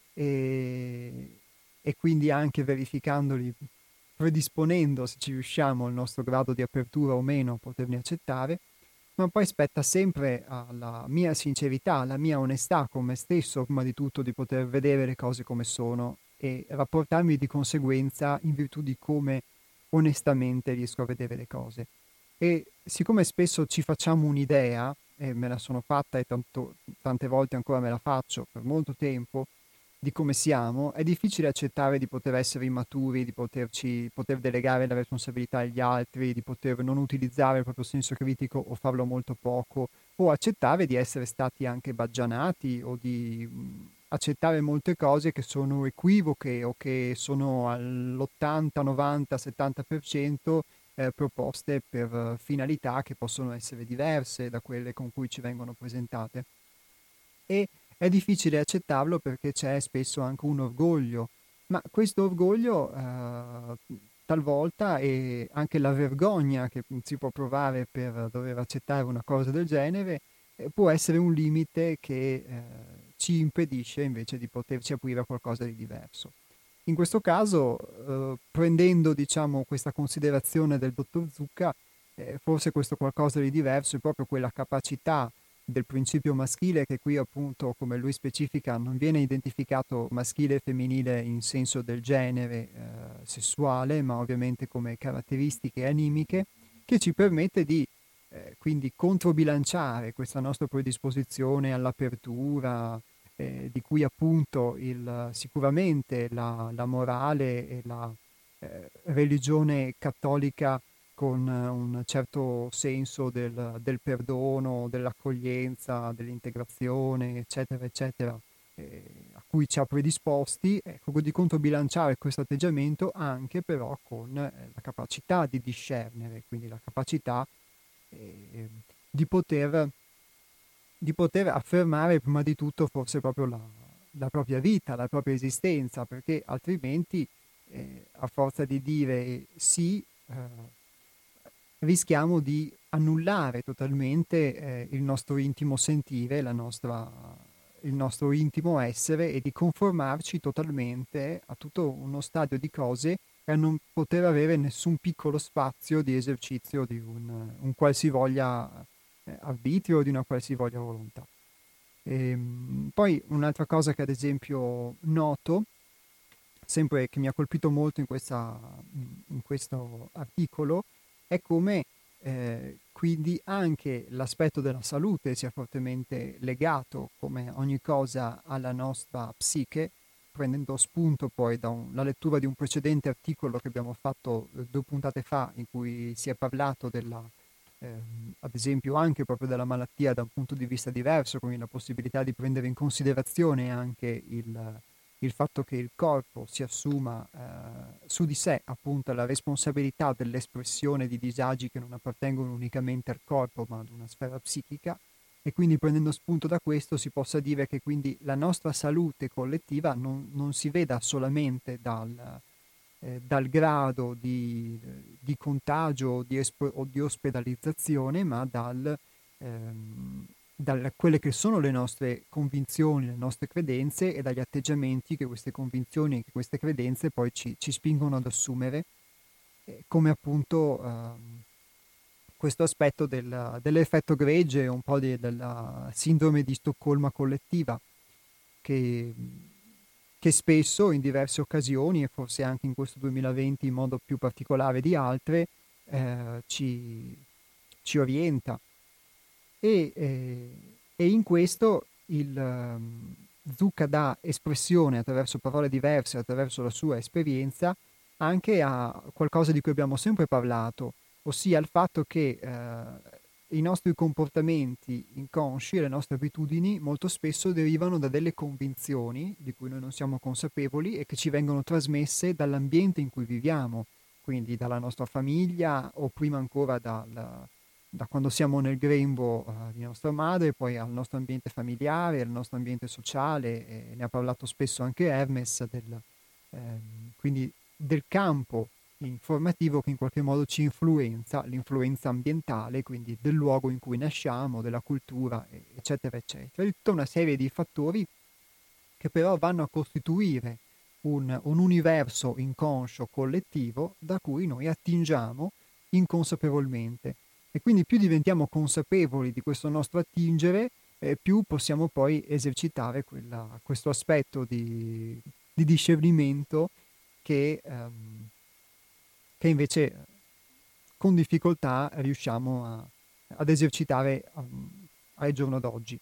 S1: e, e quindi anche verificandoli, predisponendo se ci riusciamo il nostro grado di apertura o meno a poterli accettare, ma poi spetta sempre alla mia sincerità, alla mia onestà con me stesso, prima di tutto, di poter vedere le cose come sono e rapportarmi di conseguenza in virtù di come onestamente riesco a vedere le cose. E siccome spesso ci facciamo un'idea, e me la sono fatta e tanto, tante volte ancora me la faccio per molto tempo, di come siamo, è difficile accettare di poter essere immaturi, di poterci, poter delegare la responsabilità agli altri, di poter non utilizzare il proprio senso critico o farlo molto poco, o accettare di essere stati anche baggianati o di mh, accettare molte cose che sono equivoche o che sono all'ottanta, novanta, settanta per cento eh, proposte per eh, finalità che possono essere diverse da quelle con cui ci vengono presentate. E è difficile accettarlo perché c'è spesso anche un orgoglio, ma questo orgoglio eh, talvolta e anche la vergogna che si può provare per dover accettare una cosa del genere eh, può essere un limite che eh, ci impedisce invece di poterci aprire a qualcosa di diverso. In questo caso, eh, prendendo diciamo questa considerazione del dottor Zucca, eh, forse questo qualcosa di diverso è proprio quella capacità del principio maschile che qui appunto, come lui specifica, non viene identificato maschile e femminile in senso del genere eh, sessuale, ma ovviamente come caratteristiche animiche, che ci permette di eh, quindi controbilanciare questa nostra predisposizione all'apertura, eh, di cui appunto il, sicuramente la, la morale e la eh, religione cattolica con un certo senso del, del perdono, dell'accoglienza, dell'integrazione, eccetera, eccetera, eh, a cui ci ha predisposti, ecco, di controbilanciare questo atteggiamento anche però con eh, la capacità di discernere, quindi la capacità eh, di poter, di poter affermare prima di tutto forse proprio la, la propria vita, la propria esistenza, perché altrimenti eh, a forza di dire sì, eh, rischiamo di annullare totalmente eh, il nostro intimo sentire, la nostra, il nostro intimo essere e di conformarci totalmente a tutto uno stadio di cose e a non poter avere nessun piccolo spazio di esercizio di un, un qualsivoglia eh, arbitrio o di una qualsivoglia volontà. E, poi un'altra cosa che ad esempio noto, sempre che mi ha colpito molto in, questa, in questo articolo, è come eh, quindi anche l'aspetto della salute sia fortemente legato, come ogni cosa, alla nostra psiche, prendendo spunto poi dalla lettura di un precedente articolo che abbiamo fatto eh, due puntate fa, in cui si è parlato della, ehm, ad esempio anche proprio della malattia da un punto di vista diverso, quindi la possibilità di prendere in considerazione anche il il fatto che il corpo si assuma eh, su di sé appunto la responsabilità dell'espressione di disagi che non appartengono unicamente al corpo ma ad una sfera psichica, e quindi prendendo spunto da questo si possa dire che quindi la nostra salute collettiva non, non si veda solamente dal, eh, dal grado di, di contagio o di, espo- o di ospedalizzazione, ma dal, ehm, da quelle che sono le nostre convinzioni, le nostre credenze e dagli atteggiamenti che queste convinzioni e che queste credenze poi ci, ci spingono ad assumere, eh, come appunto ehm, questo aspetto del, dell'effetto gregge, un po' di- della sindrome di Stoccolma collettiva, che, che spesso in diverse occasioni, e forse anche in questo duemilaventi in modo più particolare di altre, eh, ci, ci orienta. E, eh, e in questo il um, Zucca dà espressione attraverso parole diverse, attraverso la sua esperienza, anche a qualcosa di cui abbiamo sempre parlato, ossia il fatto che eh, i nostri comportamenti inconsci e le nostre abitudini molto spesso derivano da delle convinzioni di cui noi non siamo consapevoli e che ci vengono trasmesse dall'ambiente in cui viviamo, quindi dalla nostra famiglia o prima ancora dal, da quando siamo nel grembo uh, di nostra madre, poi al nostro ambiente familiare, al nostro ambiente sociale, e ne ha parlato spesso anche Hermes, del, ehm, quindi del campo informativo che in qualche modo ci influenza, l'influenza ambientale, quindi del luogo in cui nasciamo, della cultura, eccetera, eccetera. Di tutta una serie di fattori che però vanno a costituire un, un universo inconscio collettivo da cui noi attingiamo inconsapevolmente. E quindi più diventiamo consapevoli di questo nostro attingere, eh, più possiamo poi esercitare quella, questo aspetto di, di discernimento che, ehm, che invece con difficoltà riusciamo a, ad esercitare um, al giorno d'oggi.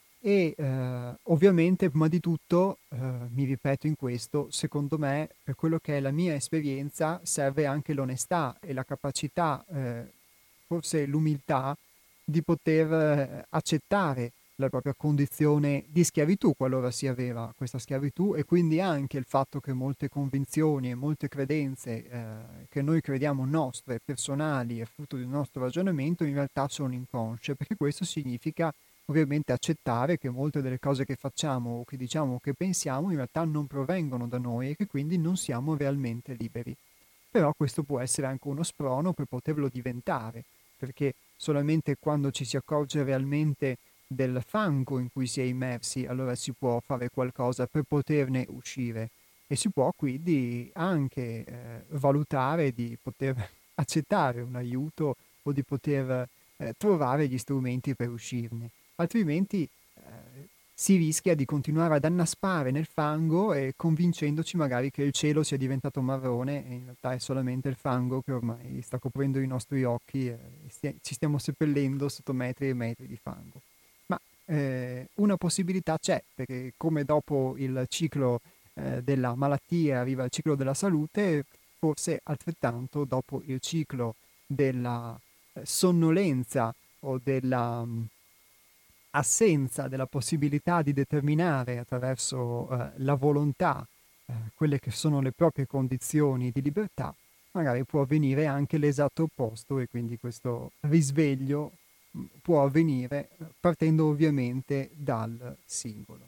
S1: E eh, ovviamente, prima di tutto, eh, mi ripeto in questo, secondo me, per quello che è la mia esperienza, serve anche l'onestà e la capacità, eh, forse l'umiltà, di poter eh, accettare la propria condizione di schiavitù, qualora sia vera questa schiavitù, e quindi anche il fatto che molte convinzioni e molte credenze eh, che noi crediamo nostre, personali e frutto del nostro ragionamento, in realtà sono inconsce, perché questo significa ovviamente accettare che molte delle cose che facciamo o che diciamo o che pensiamo in realtà non provengono da noi e che quindi non siamo realmente liberi. Però questo può essere anche uno sprono per poterlo diventare, perché solamente quando ci si accorge realmente del fango in cui si è immersi, allora si può fare qualcosa per poterne uscire e si può quindi anche eh, valutare di poter accettare un aiuto o di poter eh, trovare gli strumenti per uscirne. Altrimenti eh, si rischia di continuare ad annaspare nel fango e convincendoci magari che il cielo sia diventato marrone e in realtà è solamente il fango che ormai sta coprendo i nostri occhi e stia- ci stiamo seppellendo sotto metri e metri di fango. Ma eh, una possibilità c'è, perché come dopo il ciclo eh, della malattia arriva il ciclo della salute, forse altrettanto dopo il ciclo della eh, sonnolenza o della mh, assenza della possibilità di determinare attraverso eh, la volontà eh, quelle che sono le proprie condizioni di libertà, magari può avvenire anche l'esatto opposto e quindi questo risveglio mh, può avvenire eh, partendo ovviamente dal singolo.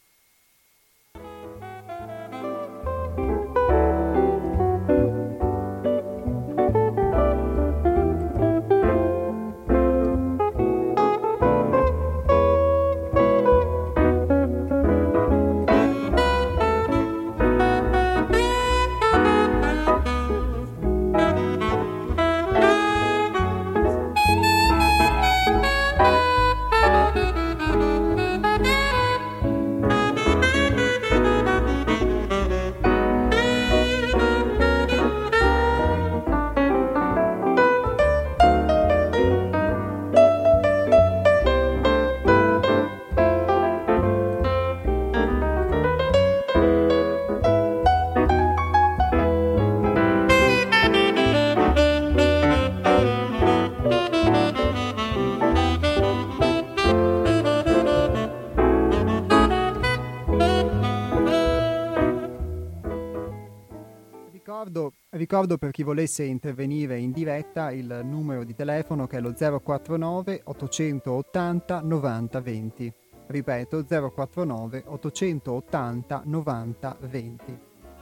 S1: Ricordo, ricordo per chi volesse intervenire in diretta il numero di telefono che è lo zero quattro nove ottocentottanta novanta venti. Ripeto, zero quattro nove ottocentottanta novanta venti.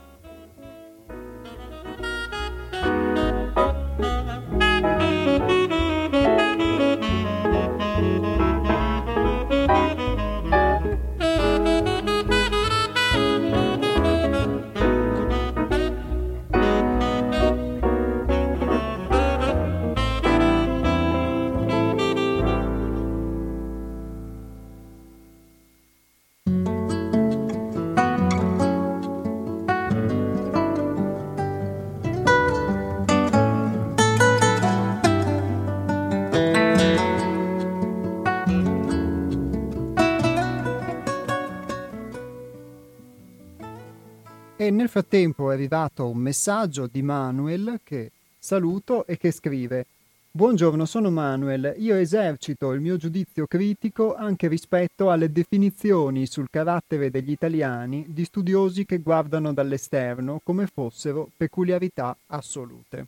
S1: E nel frattempo è arrivato un messaggio di Manuel che saluto e che scrive: Buongiorno, sono Manuel. Io esercito il mio giudizio critico anche rispetto alle definizioni sul carattere degli italiani di studiosi che guardano dall'esterno come fossero peculiarità assolute.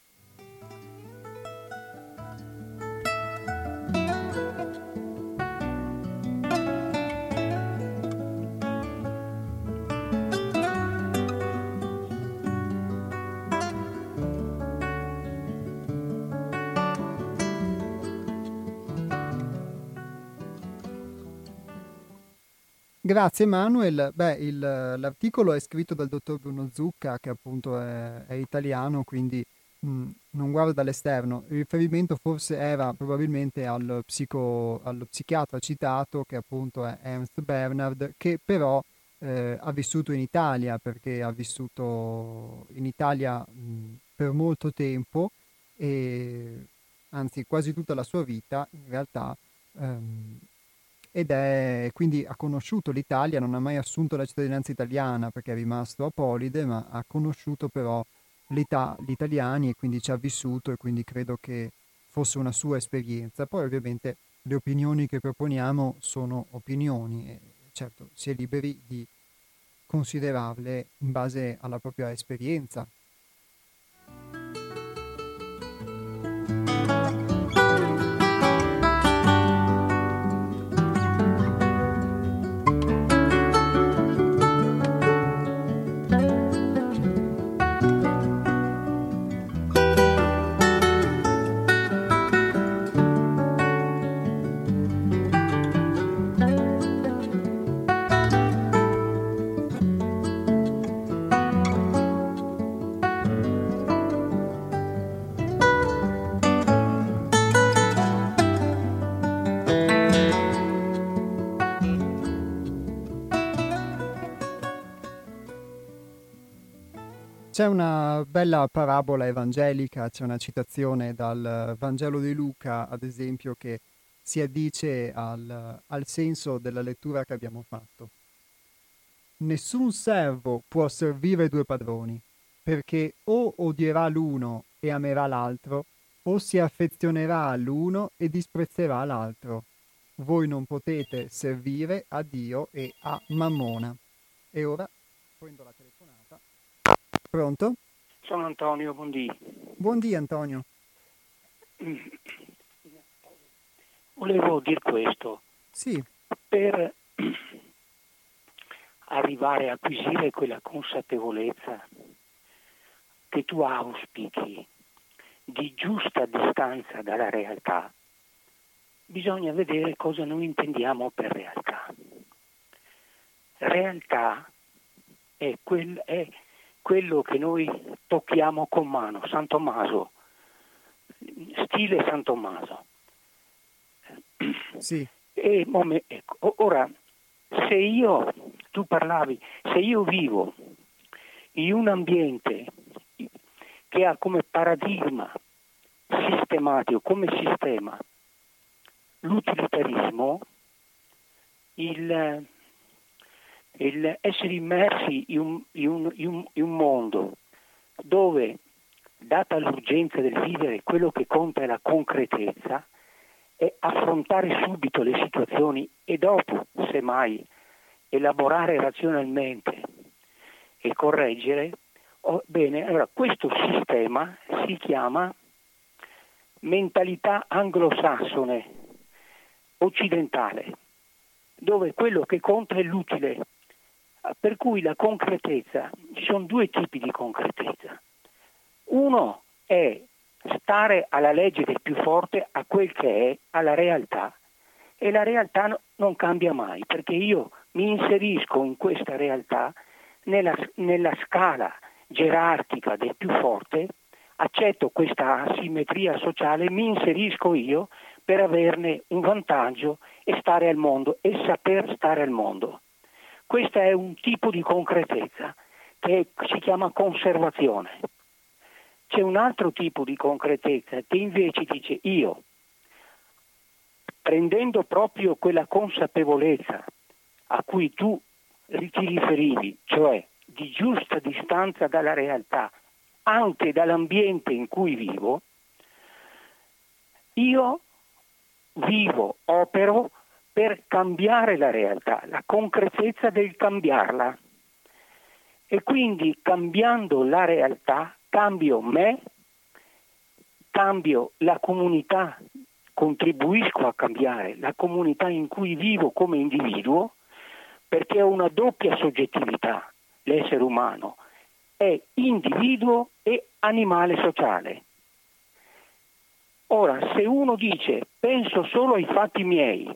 S1: Grazie Manuel. Beh, il- l'articolo è scritto dal dottor Bruno Zucca, che appunto è, è italiano, quindi mh, non guardo dall'esterno. Il riferimento forse era probabilmente al, psico, allo psichiatra citato, che appunto è Ernst Bernhard, che però eh, ha vissuto in Italia, perché ha vissuto in Italia mh, per molto tempo, e anzi quasi tutta la sua vita in realtà. ehm, ed è quindi ha conosciuto l'Italia, non ha mai assunto la cittadinanza italiana perché è rimasto apolide, ma ha conosciuto però l'Ita- gli italiani e quindi ci ha vissuto e quindi credo che fosse una sua esperienza. Poi ovviamente le opinioni che proponiamo sono opinioni e certo si è liberi di considerarle in base alla propria esperienza. C'è una bella parabola evangelica, c'è una citazione dal Vangelo di Luca, ad esempio, che si addice al, al senso della lettura che abbiamo fatto. Nessun servo può servire due padroni, perché o odierà l'uno e amerà l'altro, o si affezionerà all'uno e disprezzerà l'altro. Voi non potete servire a Dio e a Mammona. E ora prendo la telefonata. Pronto?
S2: Sono Antonio, buondì.
S1: Buondì Antonio.
S2: Volevo dire questo.
S1: Sì.
S2: Per arrivare a acquisire quella consapevolezza che tu auspichi di giusta distanza dalla realtà, bisogna vedere cosa noi intendiamo per realtà. Realtà è, quel, è quello che noi tocchiamo con mano, San Tommaso, stile San Tommaso.
S1: Sì.
S2: E, ecco, ora, se io, tu parlavi, se io vivo in un ambiente che ha come paradigma sistematico, come sistema, l'utilitarismo, il, il essere immersi in un, in, un, in, un, in un mondo dove, data l'urgenza del vivere, quello che conta è la concretezza, è affrontare subito le situazioni e dopo, semmai, elaborare razionalmente e correggere. Oh, bene, allora questo sistema si chiama mentalità anglosassone, occidentale, dove quello che conta è l'utile, per cui la concretezza, ci sono due tipi di concretezza. Uno è stare alla legge del più forte, a quel che è, alla realtà, e la realtà no, non cambia mai, perché io mi inserisco in questa realtà nella, nella scala gerarchica del più forte, accetto questa asimmetria sociale, mi inserisco io per averne un vantaggio e stare al mondo e saper stare al mondo. Questo è un tipo di concretezza che si chiama conservazione. C'è un altro tipo di concretezza che invece dice io, prendendo proprio quella consapevolezza a cui tu ti riferivi, cioè di giusta distanza dalla realtà, anche dall'ambiente in cui vivo, io vivo, opero per cambiare la realtà, la concretezza del cambiarla. E quindi cambiando la realtà, cambio me, cambio la comunità, contribuisco a cambiare la comunità in cui vivo come individuo, perché ho una doppia soggettività, l'essere umano è individuo e animale sociale. Ora, se uno dice penso solo ai fatti miei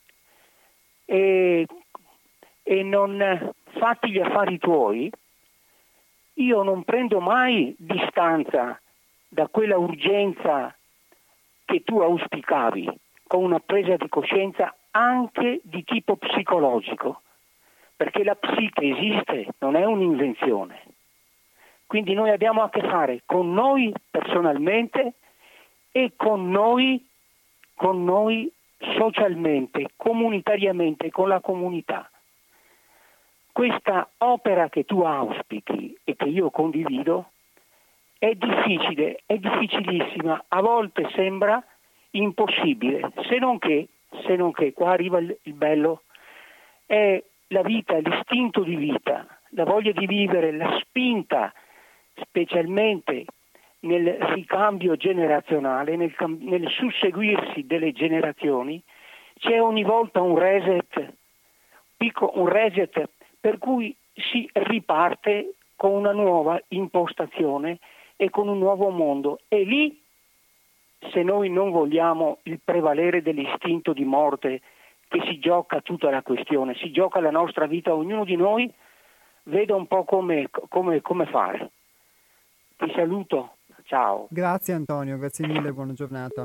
S2: e, e non fatti gli affari tuoi, io non prendo mai distanza da quella urgenza che tu auspicavi, con una presa di coscienza anche di tipo psicologico, perché la psiche esiste, non è un'invenzione. Quindi noi abbiamo a che fare con noi personalmente e con noi, con noi socialmente, comunitariamente, con la comunità. Questa opera che tu auspichi e che io condivido è difficile, è difficilissima, a volte sembra impossibile, se non che, se non che, qua arriva il, il bello, è la vita, l'istinto di vita, la voglia di vivere, la spinta, specialmente nel ricambio generazionale, nel, nel susseguirsi delle generazioni, c'è ogni volta un reset, picco, un reset per cui si riparte con una nuova impostazione e con un nuovo mondo. E lì, se noi non vogliamo il prevalere dell'istinto di morte che si gioca tutta la questione, si gioca la nostra vita, ognuno di noi veda un po' come, come, come fare. Ti saluto, ciao.
S1: Grazie Antonio, grazie mille, buona giornata.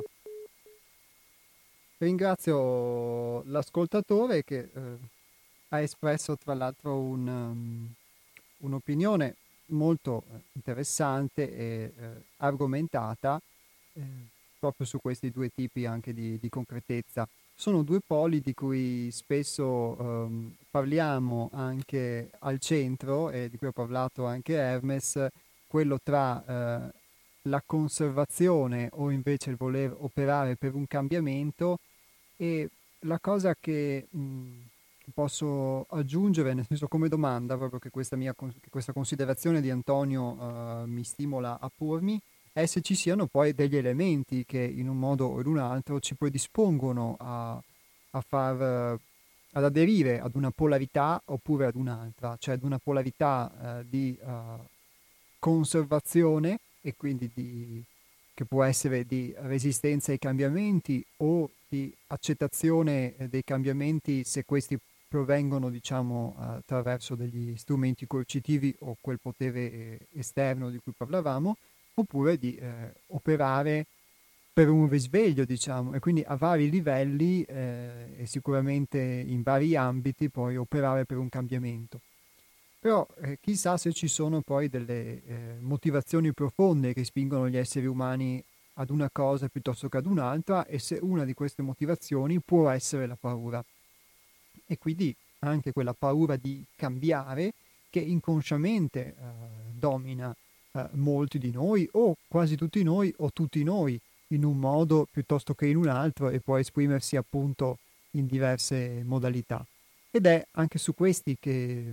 S1: Ringrazio l'ascoltatore che eh, ha espresso tra l'altro un, um, un'opinione molto interessante e eh, argomentata eh, proprio su questi due tipi anche di, di concretezza. Sono due poli di cui spesso um, parliamo anche al centro e di cui ha parlato anche Hermes, quello tra eh, la conservazione o invece il voler operare per un cambiamento. E la cosa che mh, posso aggiungere, nel senso come domanda, proprio che questa mia che questa considerazione di Antonio uh, mi stimola a pormi, è se ci siano poi degli elementi che in un modo o in un altro ci predispongono a, a far uh, ad aderire ad una polarità oppure ad un'altra, cioè ad una polarità uh, di uh, conservazione e quindi di, che può essere di resistenza ai cambiamenti o di accettazione dei cambiamenti se questi provengono, diciamo, attraverso degli strumenti coercitivi o quel potere esterno di cui parlavamo, oppure di eh, operare per un risveglio, diciamo, e quindi a vari livelli eh, e sicuramente in vari ambiti poi operare per un cambiamento. Però eh, chissà se ci sono poi delle eh, motivazioni profonde che spingono gli esseri umani ad una cosa piuttosto che ad un'altra, e se una di queste motivazioni può essere la paura. E quindi anche quella paura di cambiare che inconsciamente eh, domina eh, molti di noi, o quasi tutti noi, o tutti noi, in un modo piuttosto che in un altro, e può esprimersi appunto in diverse modalità. Ed è anche su questi che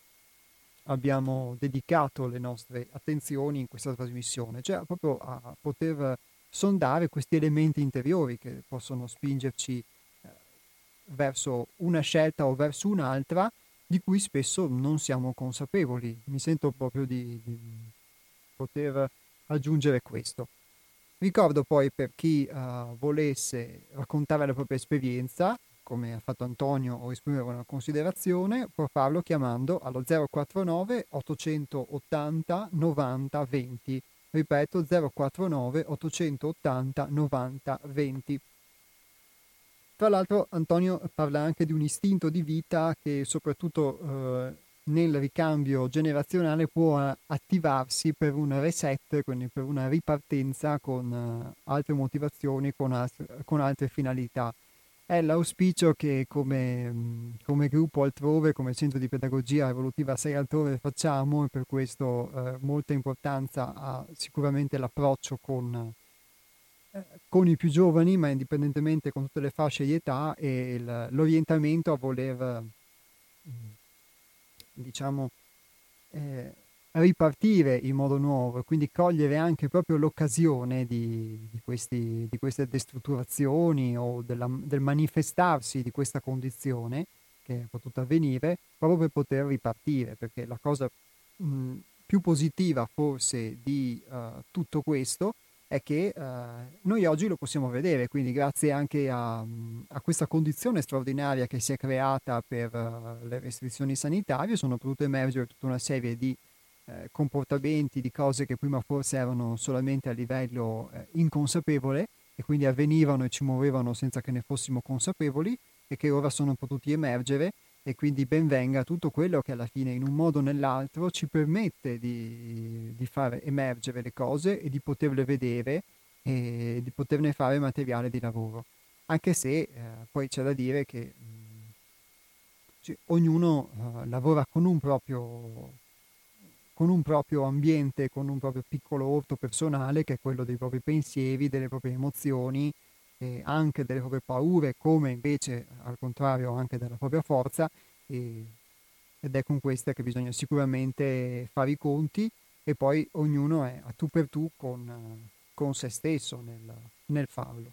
S1: abbiamo dedicato le nostre attenzioni in questa trasmissione, cioè proprio a poter sondare questi elementi interiori che possono spingerci eh, verso una scelta o verso un'altra di cui spesso non siamo consapevoli. Mi sento proprio di, di poter aggiungere questo. Ricordo poi, per chi uh, volesse raccontare la propria esperienza, come ha fatto Antonio, o esprimere una considerazione, può farlo chiamando allo zero quattro nove ottocentottanta novanta venti. Ripeto, zero quattro nove ottocentottanta novanta venti. Tra l'altro Antonio parla anche di un istinto di vita che soprattutto eh, nel ricambio generazionale può attivarsi per un reset, quindi per una ripartenza con uh, altre motivazioni, con, altre, con altre finalità. È l'auspicio che come, come gruppo altrove, come centro di pedagogia evolutiva sei altrove facciamo, e per questo eh, molta importanza ha sicuramente l'approccio con, eh, con i più giovani, ma indipendentemente con tutte le fasce di età, e il, l'orientamento a voler, diciamo, eh, ripartire in modo nuovo, e quindi cogliere anche proprio l'occasione di, di, questi, di queste destrutturazioni o della, del manifestarsi di questa condizione che è potuta avvenire, proprio per poter ripartire, perché la cosa mh, più positiva forse di uh, tutto questo è che uh, noi oggi lo possiamo vedere, quindi grazie anche a, a questa condizione straordinaria che si è creata per uh, le restrizioni sanitarie, sono potute emergere tutta una serie di Eh, comportamenti, di cose che prima forse erano solamente a livello eh, inconsapevole, e quindi avvenivano e ci muovevano senza che ne fossimo consapevoli, e che ora sono potuti emergere. E quindi ben venga tutto quello che alla fine in un modo o nell'altro ci permette di, di far emergere le cose e di poterle vedere e di poterne fare materiale di lavoro, anche se eh, poi c'è da dire che mh, cioè, ognuno uh, lavora con un proprio con un proprio ambiente, con un proprio piccolo orto personale, che è quello dei propri pensieri, delle proprie emozioni, e anche delle proprie paure, come invece al contrario anche della propria forza, e, ed è con queste che bisogna sicuramente fare i conti, e poi ognuno è a tu per tu con, con se stesso nel, nel farlo.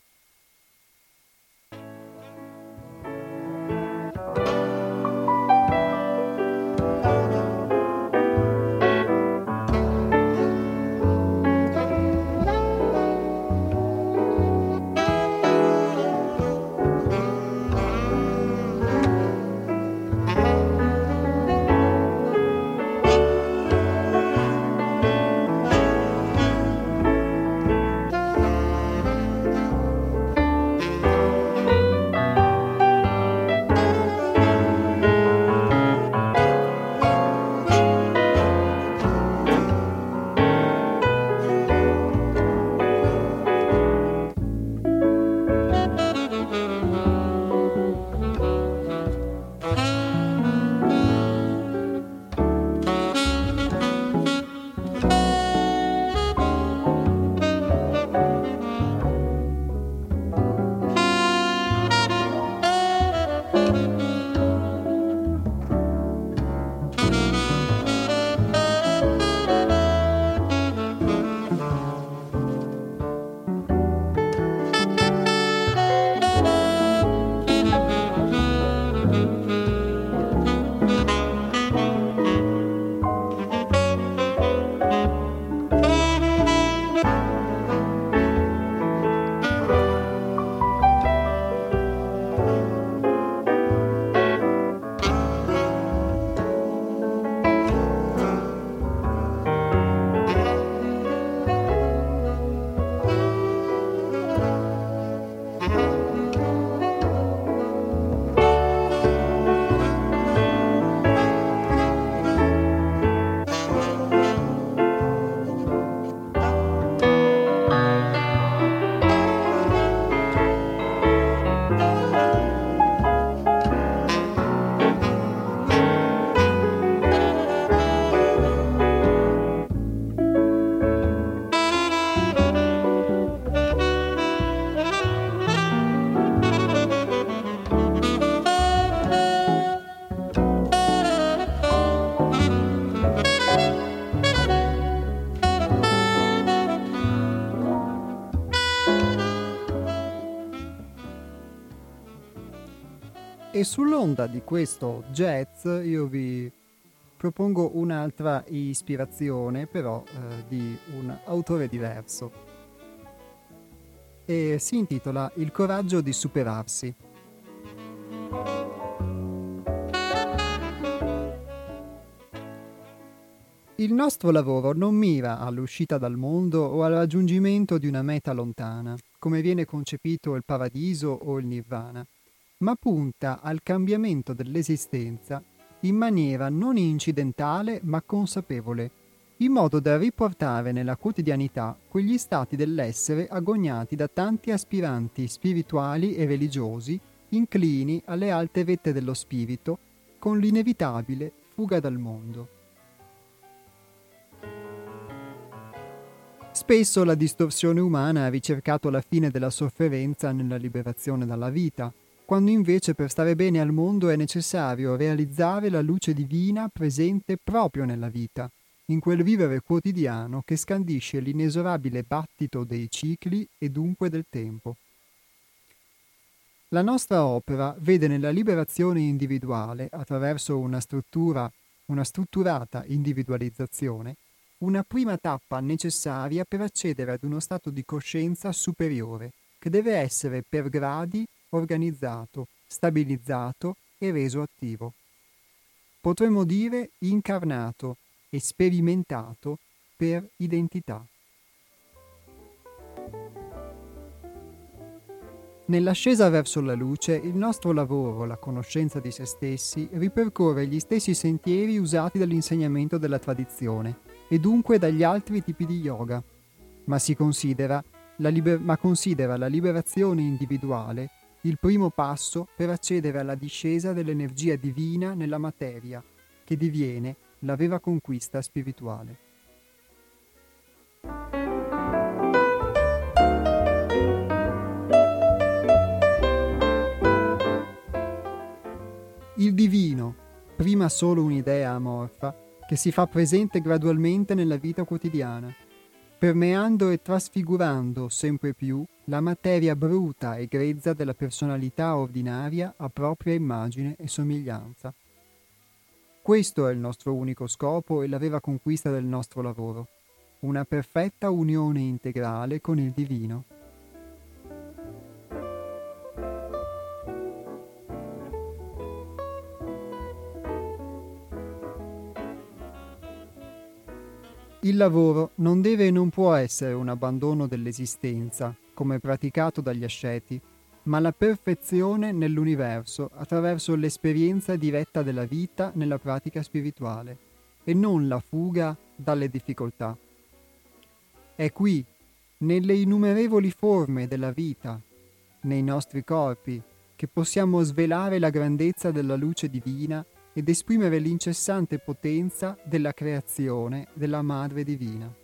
S1: E sull'onda di questo jazz io vi propongo un'altra ispirazione, però eh, di un autore diverso. E si intitola Il coraggio di superarsi. Il nostro lavoro non mira all'uscita dal mondo o al raggiungimento di una meta lontana, come viene concepito il paradiso o il nirvana, ma punta al cambiamento dell'esistenza in maniera non incidentale ma consapevole, in modo da riportare nella quotidianità quegli stati dell'essere agognati da tanti aspiranti spirituali e religiosi inclini alle alte vette dello spirito con l'inevitabile fuga dal mondo. Spesso la distorsione umana ha ricercato la fine della sofferenza nella liberazione dalla vita, quando invece per stare bene al mondo è necessario realizzare la luce divina presente proprio nella vita, in quel vivere quotidiano che scandisce l'inesorabile battito dei cicli e dunque del tempo. La nostra opera vede nella liberazione individuale, attraverso una struttura, una strutturata individualizzazione, una prima tappa necessaria per accedere ad uno stato di coscienza superiore, che deve essere per gradi organizzato, stabilizzato e reso attivo. Potremmo dire incarnato e sperimentato per identità. Nell'ascesa verso la luce, il nostro lavoro, la conoscenza di se stessi, ripercorre gli stessi sentieri usati dall'insegnamento della tradizione e dunque dagli altri tipi di yoga, ma si considera la, liber- ma considera la liberazione individuale il primo passo per accedere alla discesa dell'energia divina nella materia, che diviene la vera conquista spirituale. Il divino, prima solo un'idea amorfa, che si fa presente gradualmente nella vita quotidiana, permeando e trasfigurando sempre più la materia bruta e grezza della personalità ordinaria a propria immagine e somiglianza. Questo è il nostro unico scopo e la vera conquista del nostro lavoro, una perfetta unione integrale con il divino. Il lavoro non deve e non può essere un abbandono dell'esistenza, come praticato dagli asceti, ma la perfezione nell'universo attraverso l'esperienza diretta della vita nella pratica spirituale, e non la fuga dalle difficoltà. È qui, nelle innumerevoli forme della vita, nei nostri corpi, che possiamo svelare la grandezza della luce divina ed esprimere l'incessante potenza della creazione della Madre Divina.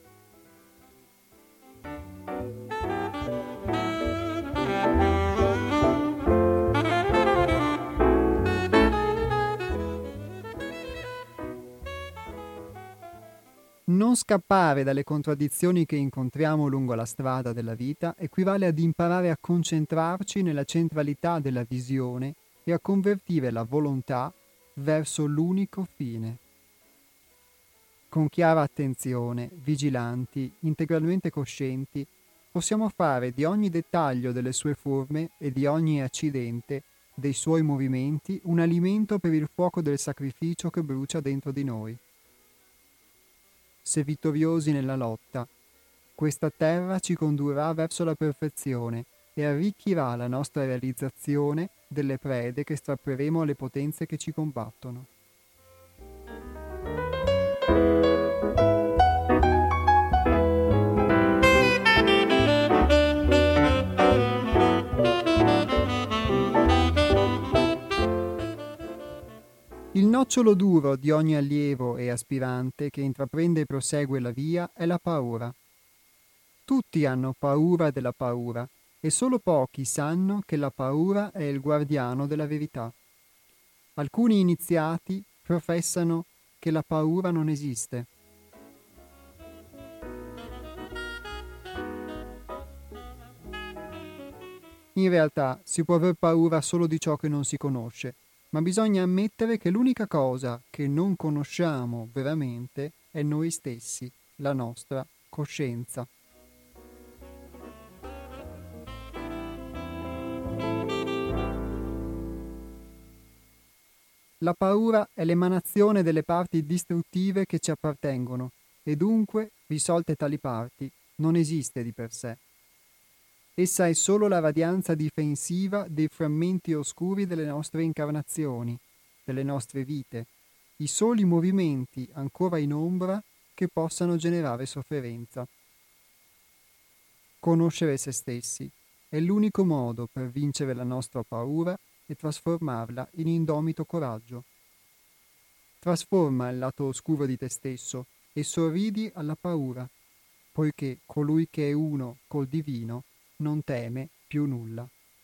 S1: Non scappare dalle contraddizioni che incontriamo lungo la strada della vita equivale ad imparare a concentrarci nella centralità della visione e a convertire la volontà verso l'unico fine. Con chiara attenzione, vigilanti, integralmente coscienti, possiamo fare di ogni dettaglio delle sue forme e di ogni accidente dei suoi movimenti un alimento per il fuoco del sacrificio che brucia dentro di noi. Se vittoriosi nella lotta, questa terra ci condurrà verso la perfezione e arricchirà la nostra realizzazione delle prede che strapperemo alle potenze che ci combattono. Il nocciolo duro di ogni allievo e aspirante che intraprende e prosegue la via è la paura. Tutti hanno paura della paura e solo pochi sanno che la paura è il guardiano della verità. Alcuni iniziati professano che la paura non esiste. In realtà si può aver paura solo di ciò che non si conosce, ma bisogna ammettere che l'unica cosa che non conosciamo veramente è noi stessi, la nostra coscienza. La paura è l'emanazione delle parti distruttive che ci appartengono e dunque, risolte tali parti, non esiste di per sé. Essa è solo la radianza difensiva dei frammenti oscuri delle nostre incarnazioni, delle nostre vite, i soli movimenti ancora in ombra che possano generare sofferenza. Conoscere se stessi è l'unico modo per vincere la nostra paura e trasformarla in indomito coraggio. Trasforma il lato oscuro di te stesso e sorridi alla paura, poiché colui che è uno col divino non teme più nulla.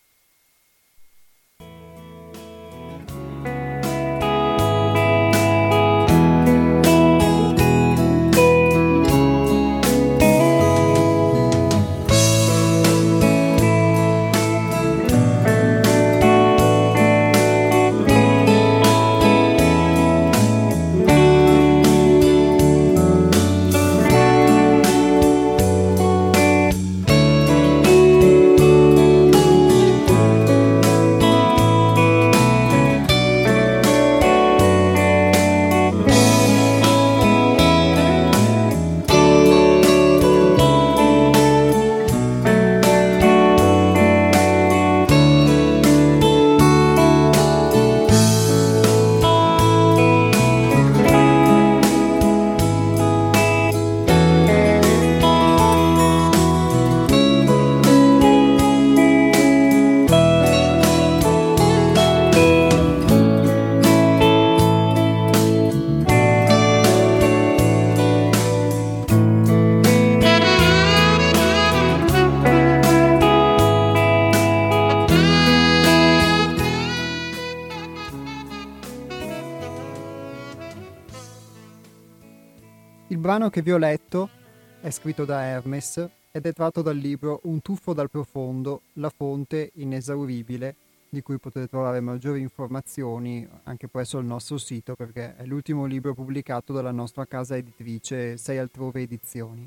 S1: Il brano che vi ho letto è scritto da Hermes ed è tratto dal libro Un tuffo dal profondo, la fonte inesauribile, di cui potete trovare maggiori informazioni anche presso il nostro sito, perché è l'ultimo libro pubblicato dalla nostra casa editrice Sei Altrove Edizioni.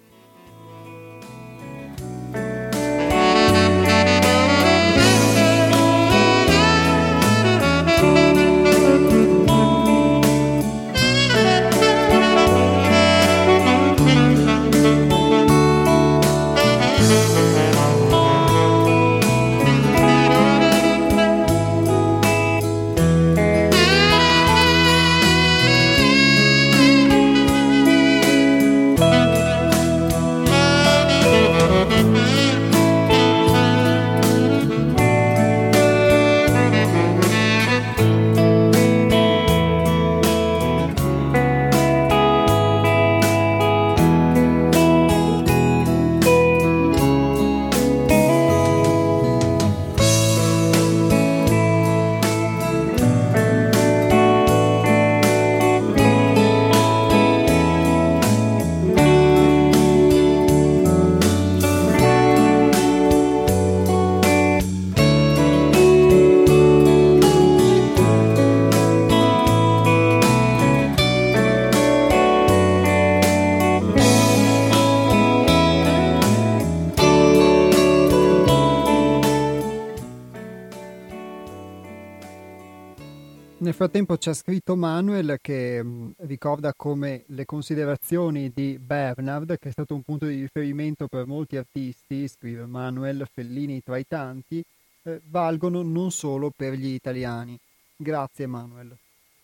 S1: Nel frattempo c'è scritto Manuel che mh, ricorda come le considerazioni di Bernard, che è stato un punto di riferimento per molti artisti, scrive Manuel, Fellini tra i tanti, eh, valgono non solo per gli italiani. Grazie Manuel.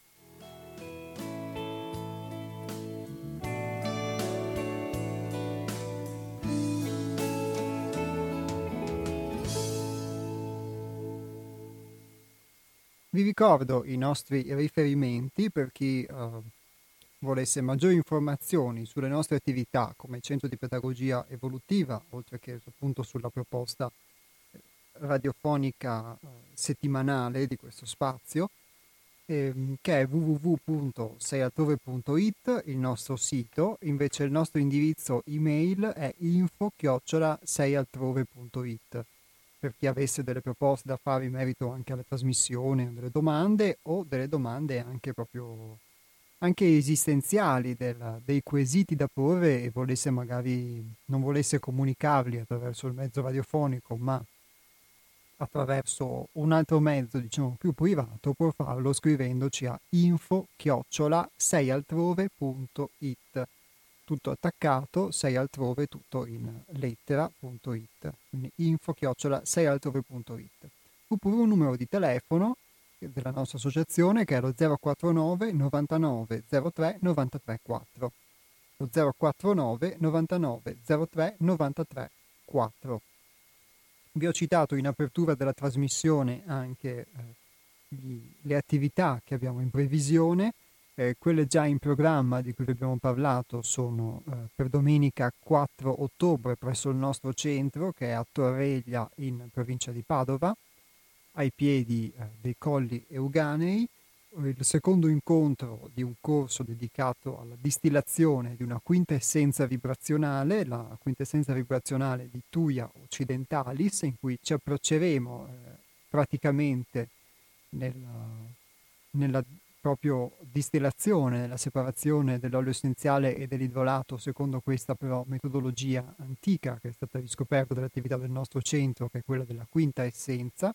S1: Vi ricordo i nostri riferimenti per chi uh, volesse maggiori informazioni sulle nostre attività come Centro di Pedagogia Evolutiva, oltre che appunto sulla proposta radiofonica uh, settimanale di questo spazio, ehm, che è w w w punto sei altrove punto i t, il nostro sito. Invece il nostro indirizzo email è info chiocciola sei altrove punto i t. per chi avesse delle proposte da fare in merito anche alla trasmissione, delle domande o delle domande anche proprio anche esistenziali, della- dei quesiti da porre e volesse magari non volesse comunicarli attraverso il mezzo radiofonico, ma attraverso un altro mezzo, diciamo più privato, può farlo scrivendoci a info chiocciola seialtrove punto it, tutto attaccato, seialtrove tutto in lettera.it, quindi info chiocciola seialtrove.it, oppure un numero di telefono della nostra associazione che è lo zero quattro nove novantanove zero tre novantatré quattro, lo zero quattro nove novantanove zero tre novantatré quattro. Vi ho citato in apertura della trasmissione anche eh, gli- le attività che abbiamo in previsione. Eh, quelle già in programma di cui vi abbiamo parlato sono eh, per domenica quattro ottobre presso il nostro centro che è a Torreglia in provincia di Padova, ai piedi eh, dei Colli Euganei, il secondo incontro di un corso dedicato alla distillazione di una quintessenza vibrazionale, la quintessenza vibrazionale di Thuja Occidentalis, in cui ci approcceremo eh, praticamente nella, nella proprio distillazione, nella separazione dell'olio essenziale e dell'idrolato, secondo questa però metodologia antica che è stata riscoperta dall'attività del nostro centro, che è quella della quinta essenza.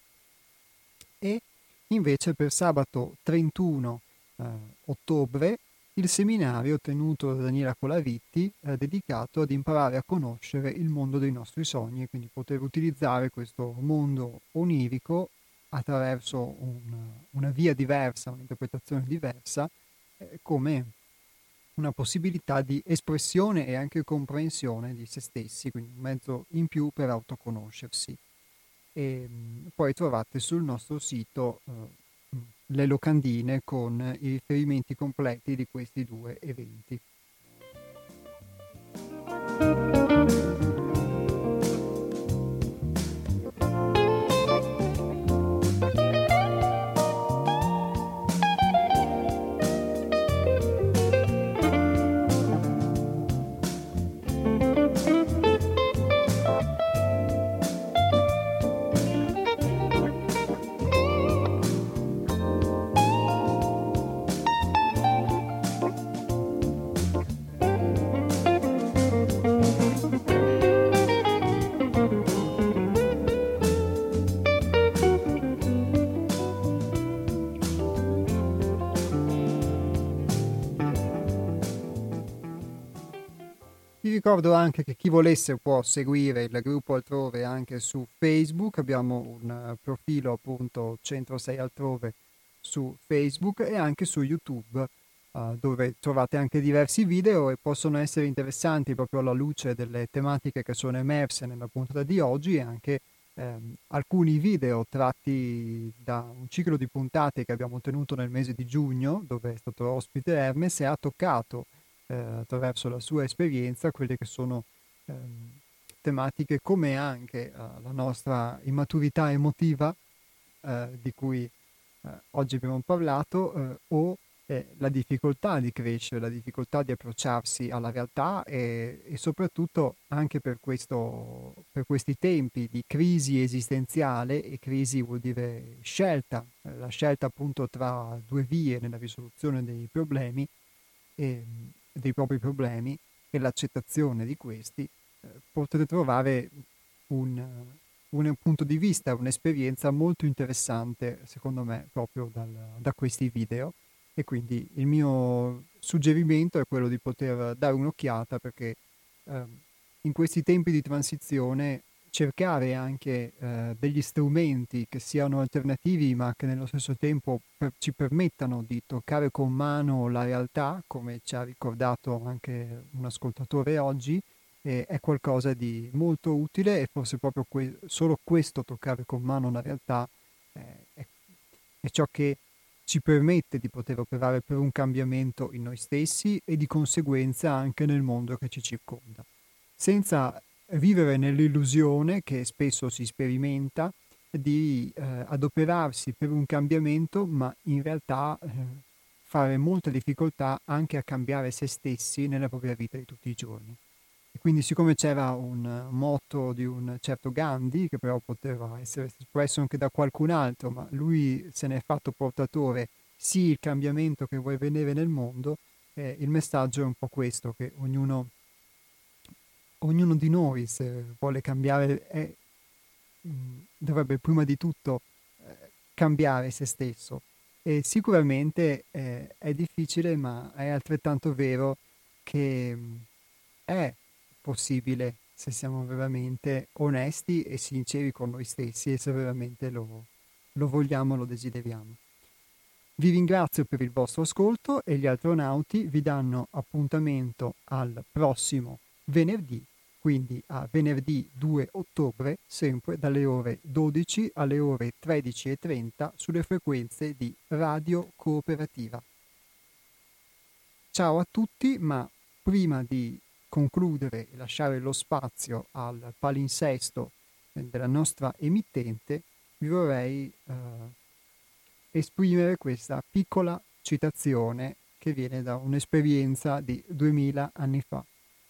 S1: E invece per sabato trentuno eh, ottobre il seminario tenuto da Daniela Colavitti è dedicato ad imparare a conoscere il mondo dei nostri sogni, quindi poter utilizzare questo mondo onirico attraverso una, una via diversa, un'interpretazione diversa, eh, come una possibilità di espressione e anche comprensione di se stessi, quindi un mezzo in più per autoconoscersi. E mh, poi trovate sul nostro sito eh, mh, le locandine con i riferimenti completi di questi due eventi. Vi ricordo anche che chi volesse può seguire il gruppo Altrove anche su Facebook, abbiamo un eh, profilo appunto Centro sei Altrove su Facebook e anche su YouTube, eh, dove trovate anche diversi video e possono essere interessanti proprio alla luce delle tematiche che sono emerse nella puntata di oggi e anche ehm, alcuni video tratti da un ciclo di puntate che abbiamo tenuto nel mese di giugno, dove è stato ospite Hermes e ha toccato eh, attraverso la sua esperienza quelle che sono ehm, tematiche come anche eh, la nostra immaturità emotiva eh, di cui eh, oggi abbiamo parlato eh, o eh, la difficoltà di crescere, la difficoltà di approcciarsi alla realtà e, e soprattutto anche per, questo, per questi tempi di crisi esistenziale, e crisi vuol dire scelta, eh, la scelta appunto tra due vie nella risoluzione dei problemi e dei propri problemi e l'accettazione di questi, eh, potete trovare un, un punto di vista, un'esperienza molto interessante, secondo me, proprio dal, da questi video. E quindi il mio suggerimento è quello di poter dare un'occhiata perché eh, in questi tempi di transizione cercare anche eh, degli strumenti che siano alternativi ma che nello stesso tempo per- ci permettano di toccare con mano la realtà, come ci ha ricordato anche un ascoltatore oggi, eh, è qualcosa di molto utile e forse proprio que- solo questo toccare con mano la realtà eh, è, è ciò che ci permette di poter operare per un cambiamento in noi stessi e di conseguenza anche nel mondo che ci circonda, senza vivere nell'illusione che spesso si sperimenta di eh, adoperarsi per un cambiamento, ma in realtà eh, fare molta difficoltà anche a cambiare se stessi nella propria vita di tutti i giorni. E quindi siccome c'era un motto di un certo Gandhi, che però poteva essere espresso anche da qualcun altro, ma lui se ne è fatto portatore, sì il cambiamento che vuoi vedere nel mondo, eh, il messaggio è un po' questo, che ognuno, ognuno di noi se vuole cambiare è, mh, dovrebbe prima di tutto eh, cambiare se stesso. E sicuramente eh, è difficile, ma è altrettanto vero che mh, è possibile se siamo veramente onesti e sinceri con noi stessi e se veramente lo, lo vogliamo, lo desideriamo. Vi ringrazio per il vostro ascolto e gli astronauti vi danno appuntamento al prossimo venerdì, quindi a venerdì due ottobre, sempre dalle ore dodici alle ore tredici e trenta sulle frequenze di Radio Cooperativa. Ciao a tutti, ma prima di concludere e lasciare lo spazio al palinsesto della nostra emittente, vi vorrei eh, esprimere questa piccola citazione che viene da un'esperienza di duemila anni fa.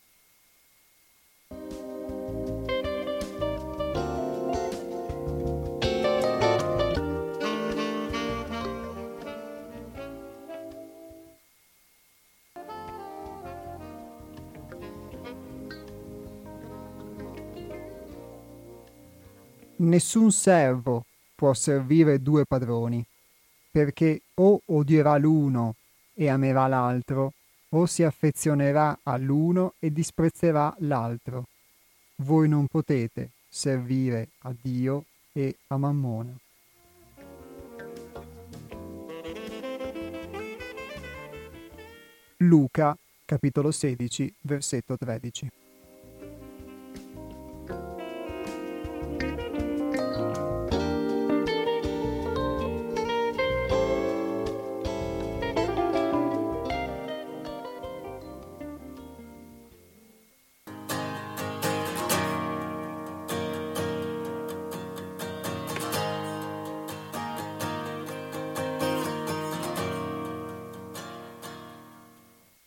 S1: Nessun servo può servire due padroni, perché o odierà l'uno e amerà l'altro, o si affezionerà all'uno e disprezzerà l'altro. Voi non potete servire a Dio e a Mammona. Luca, capitolo sedici, versetto tredici.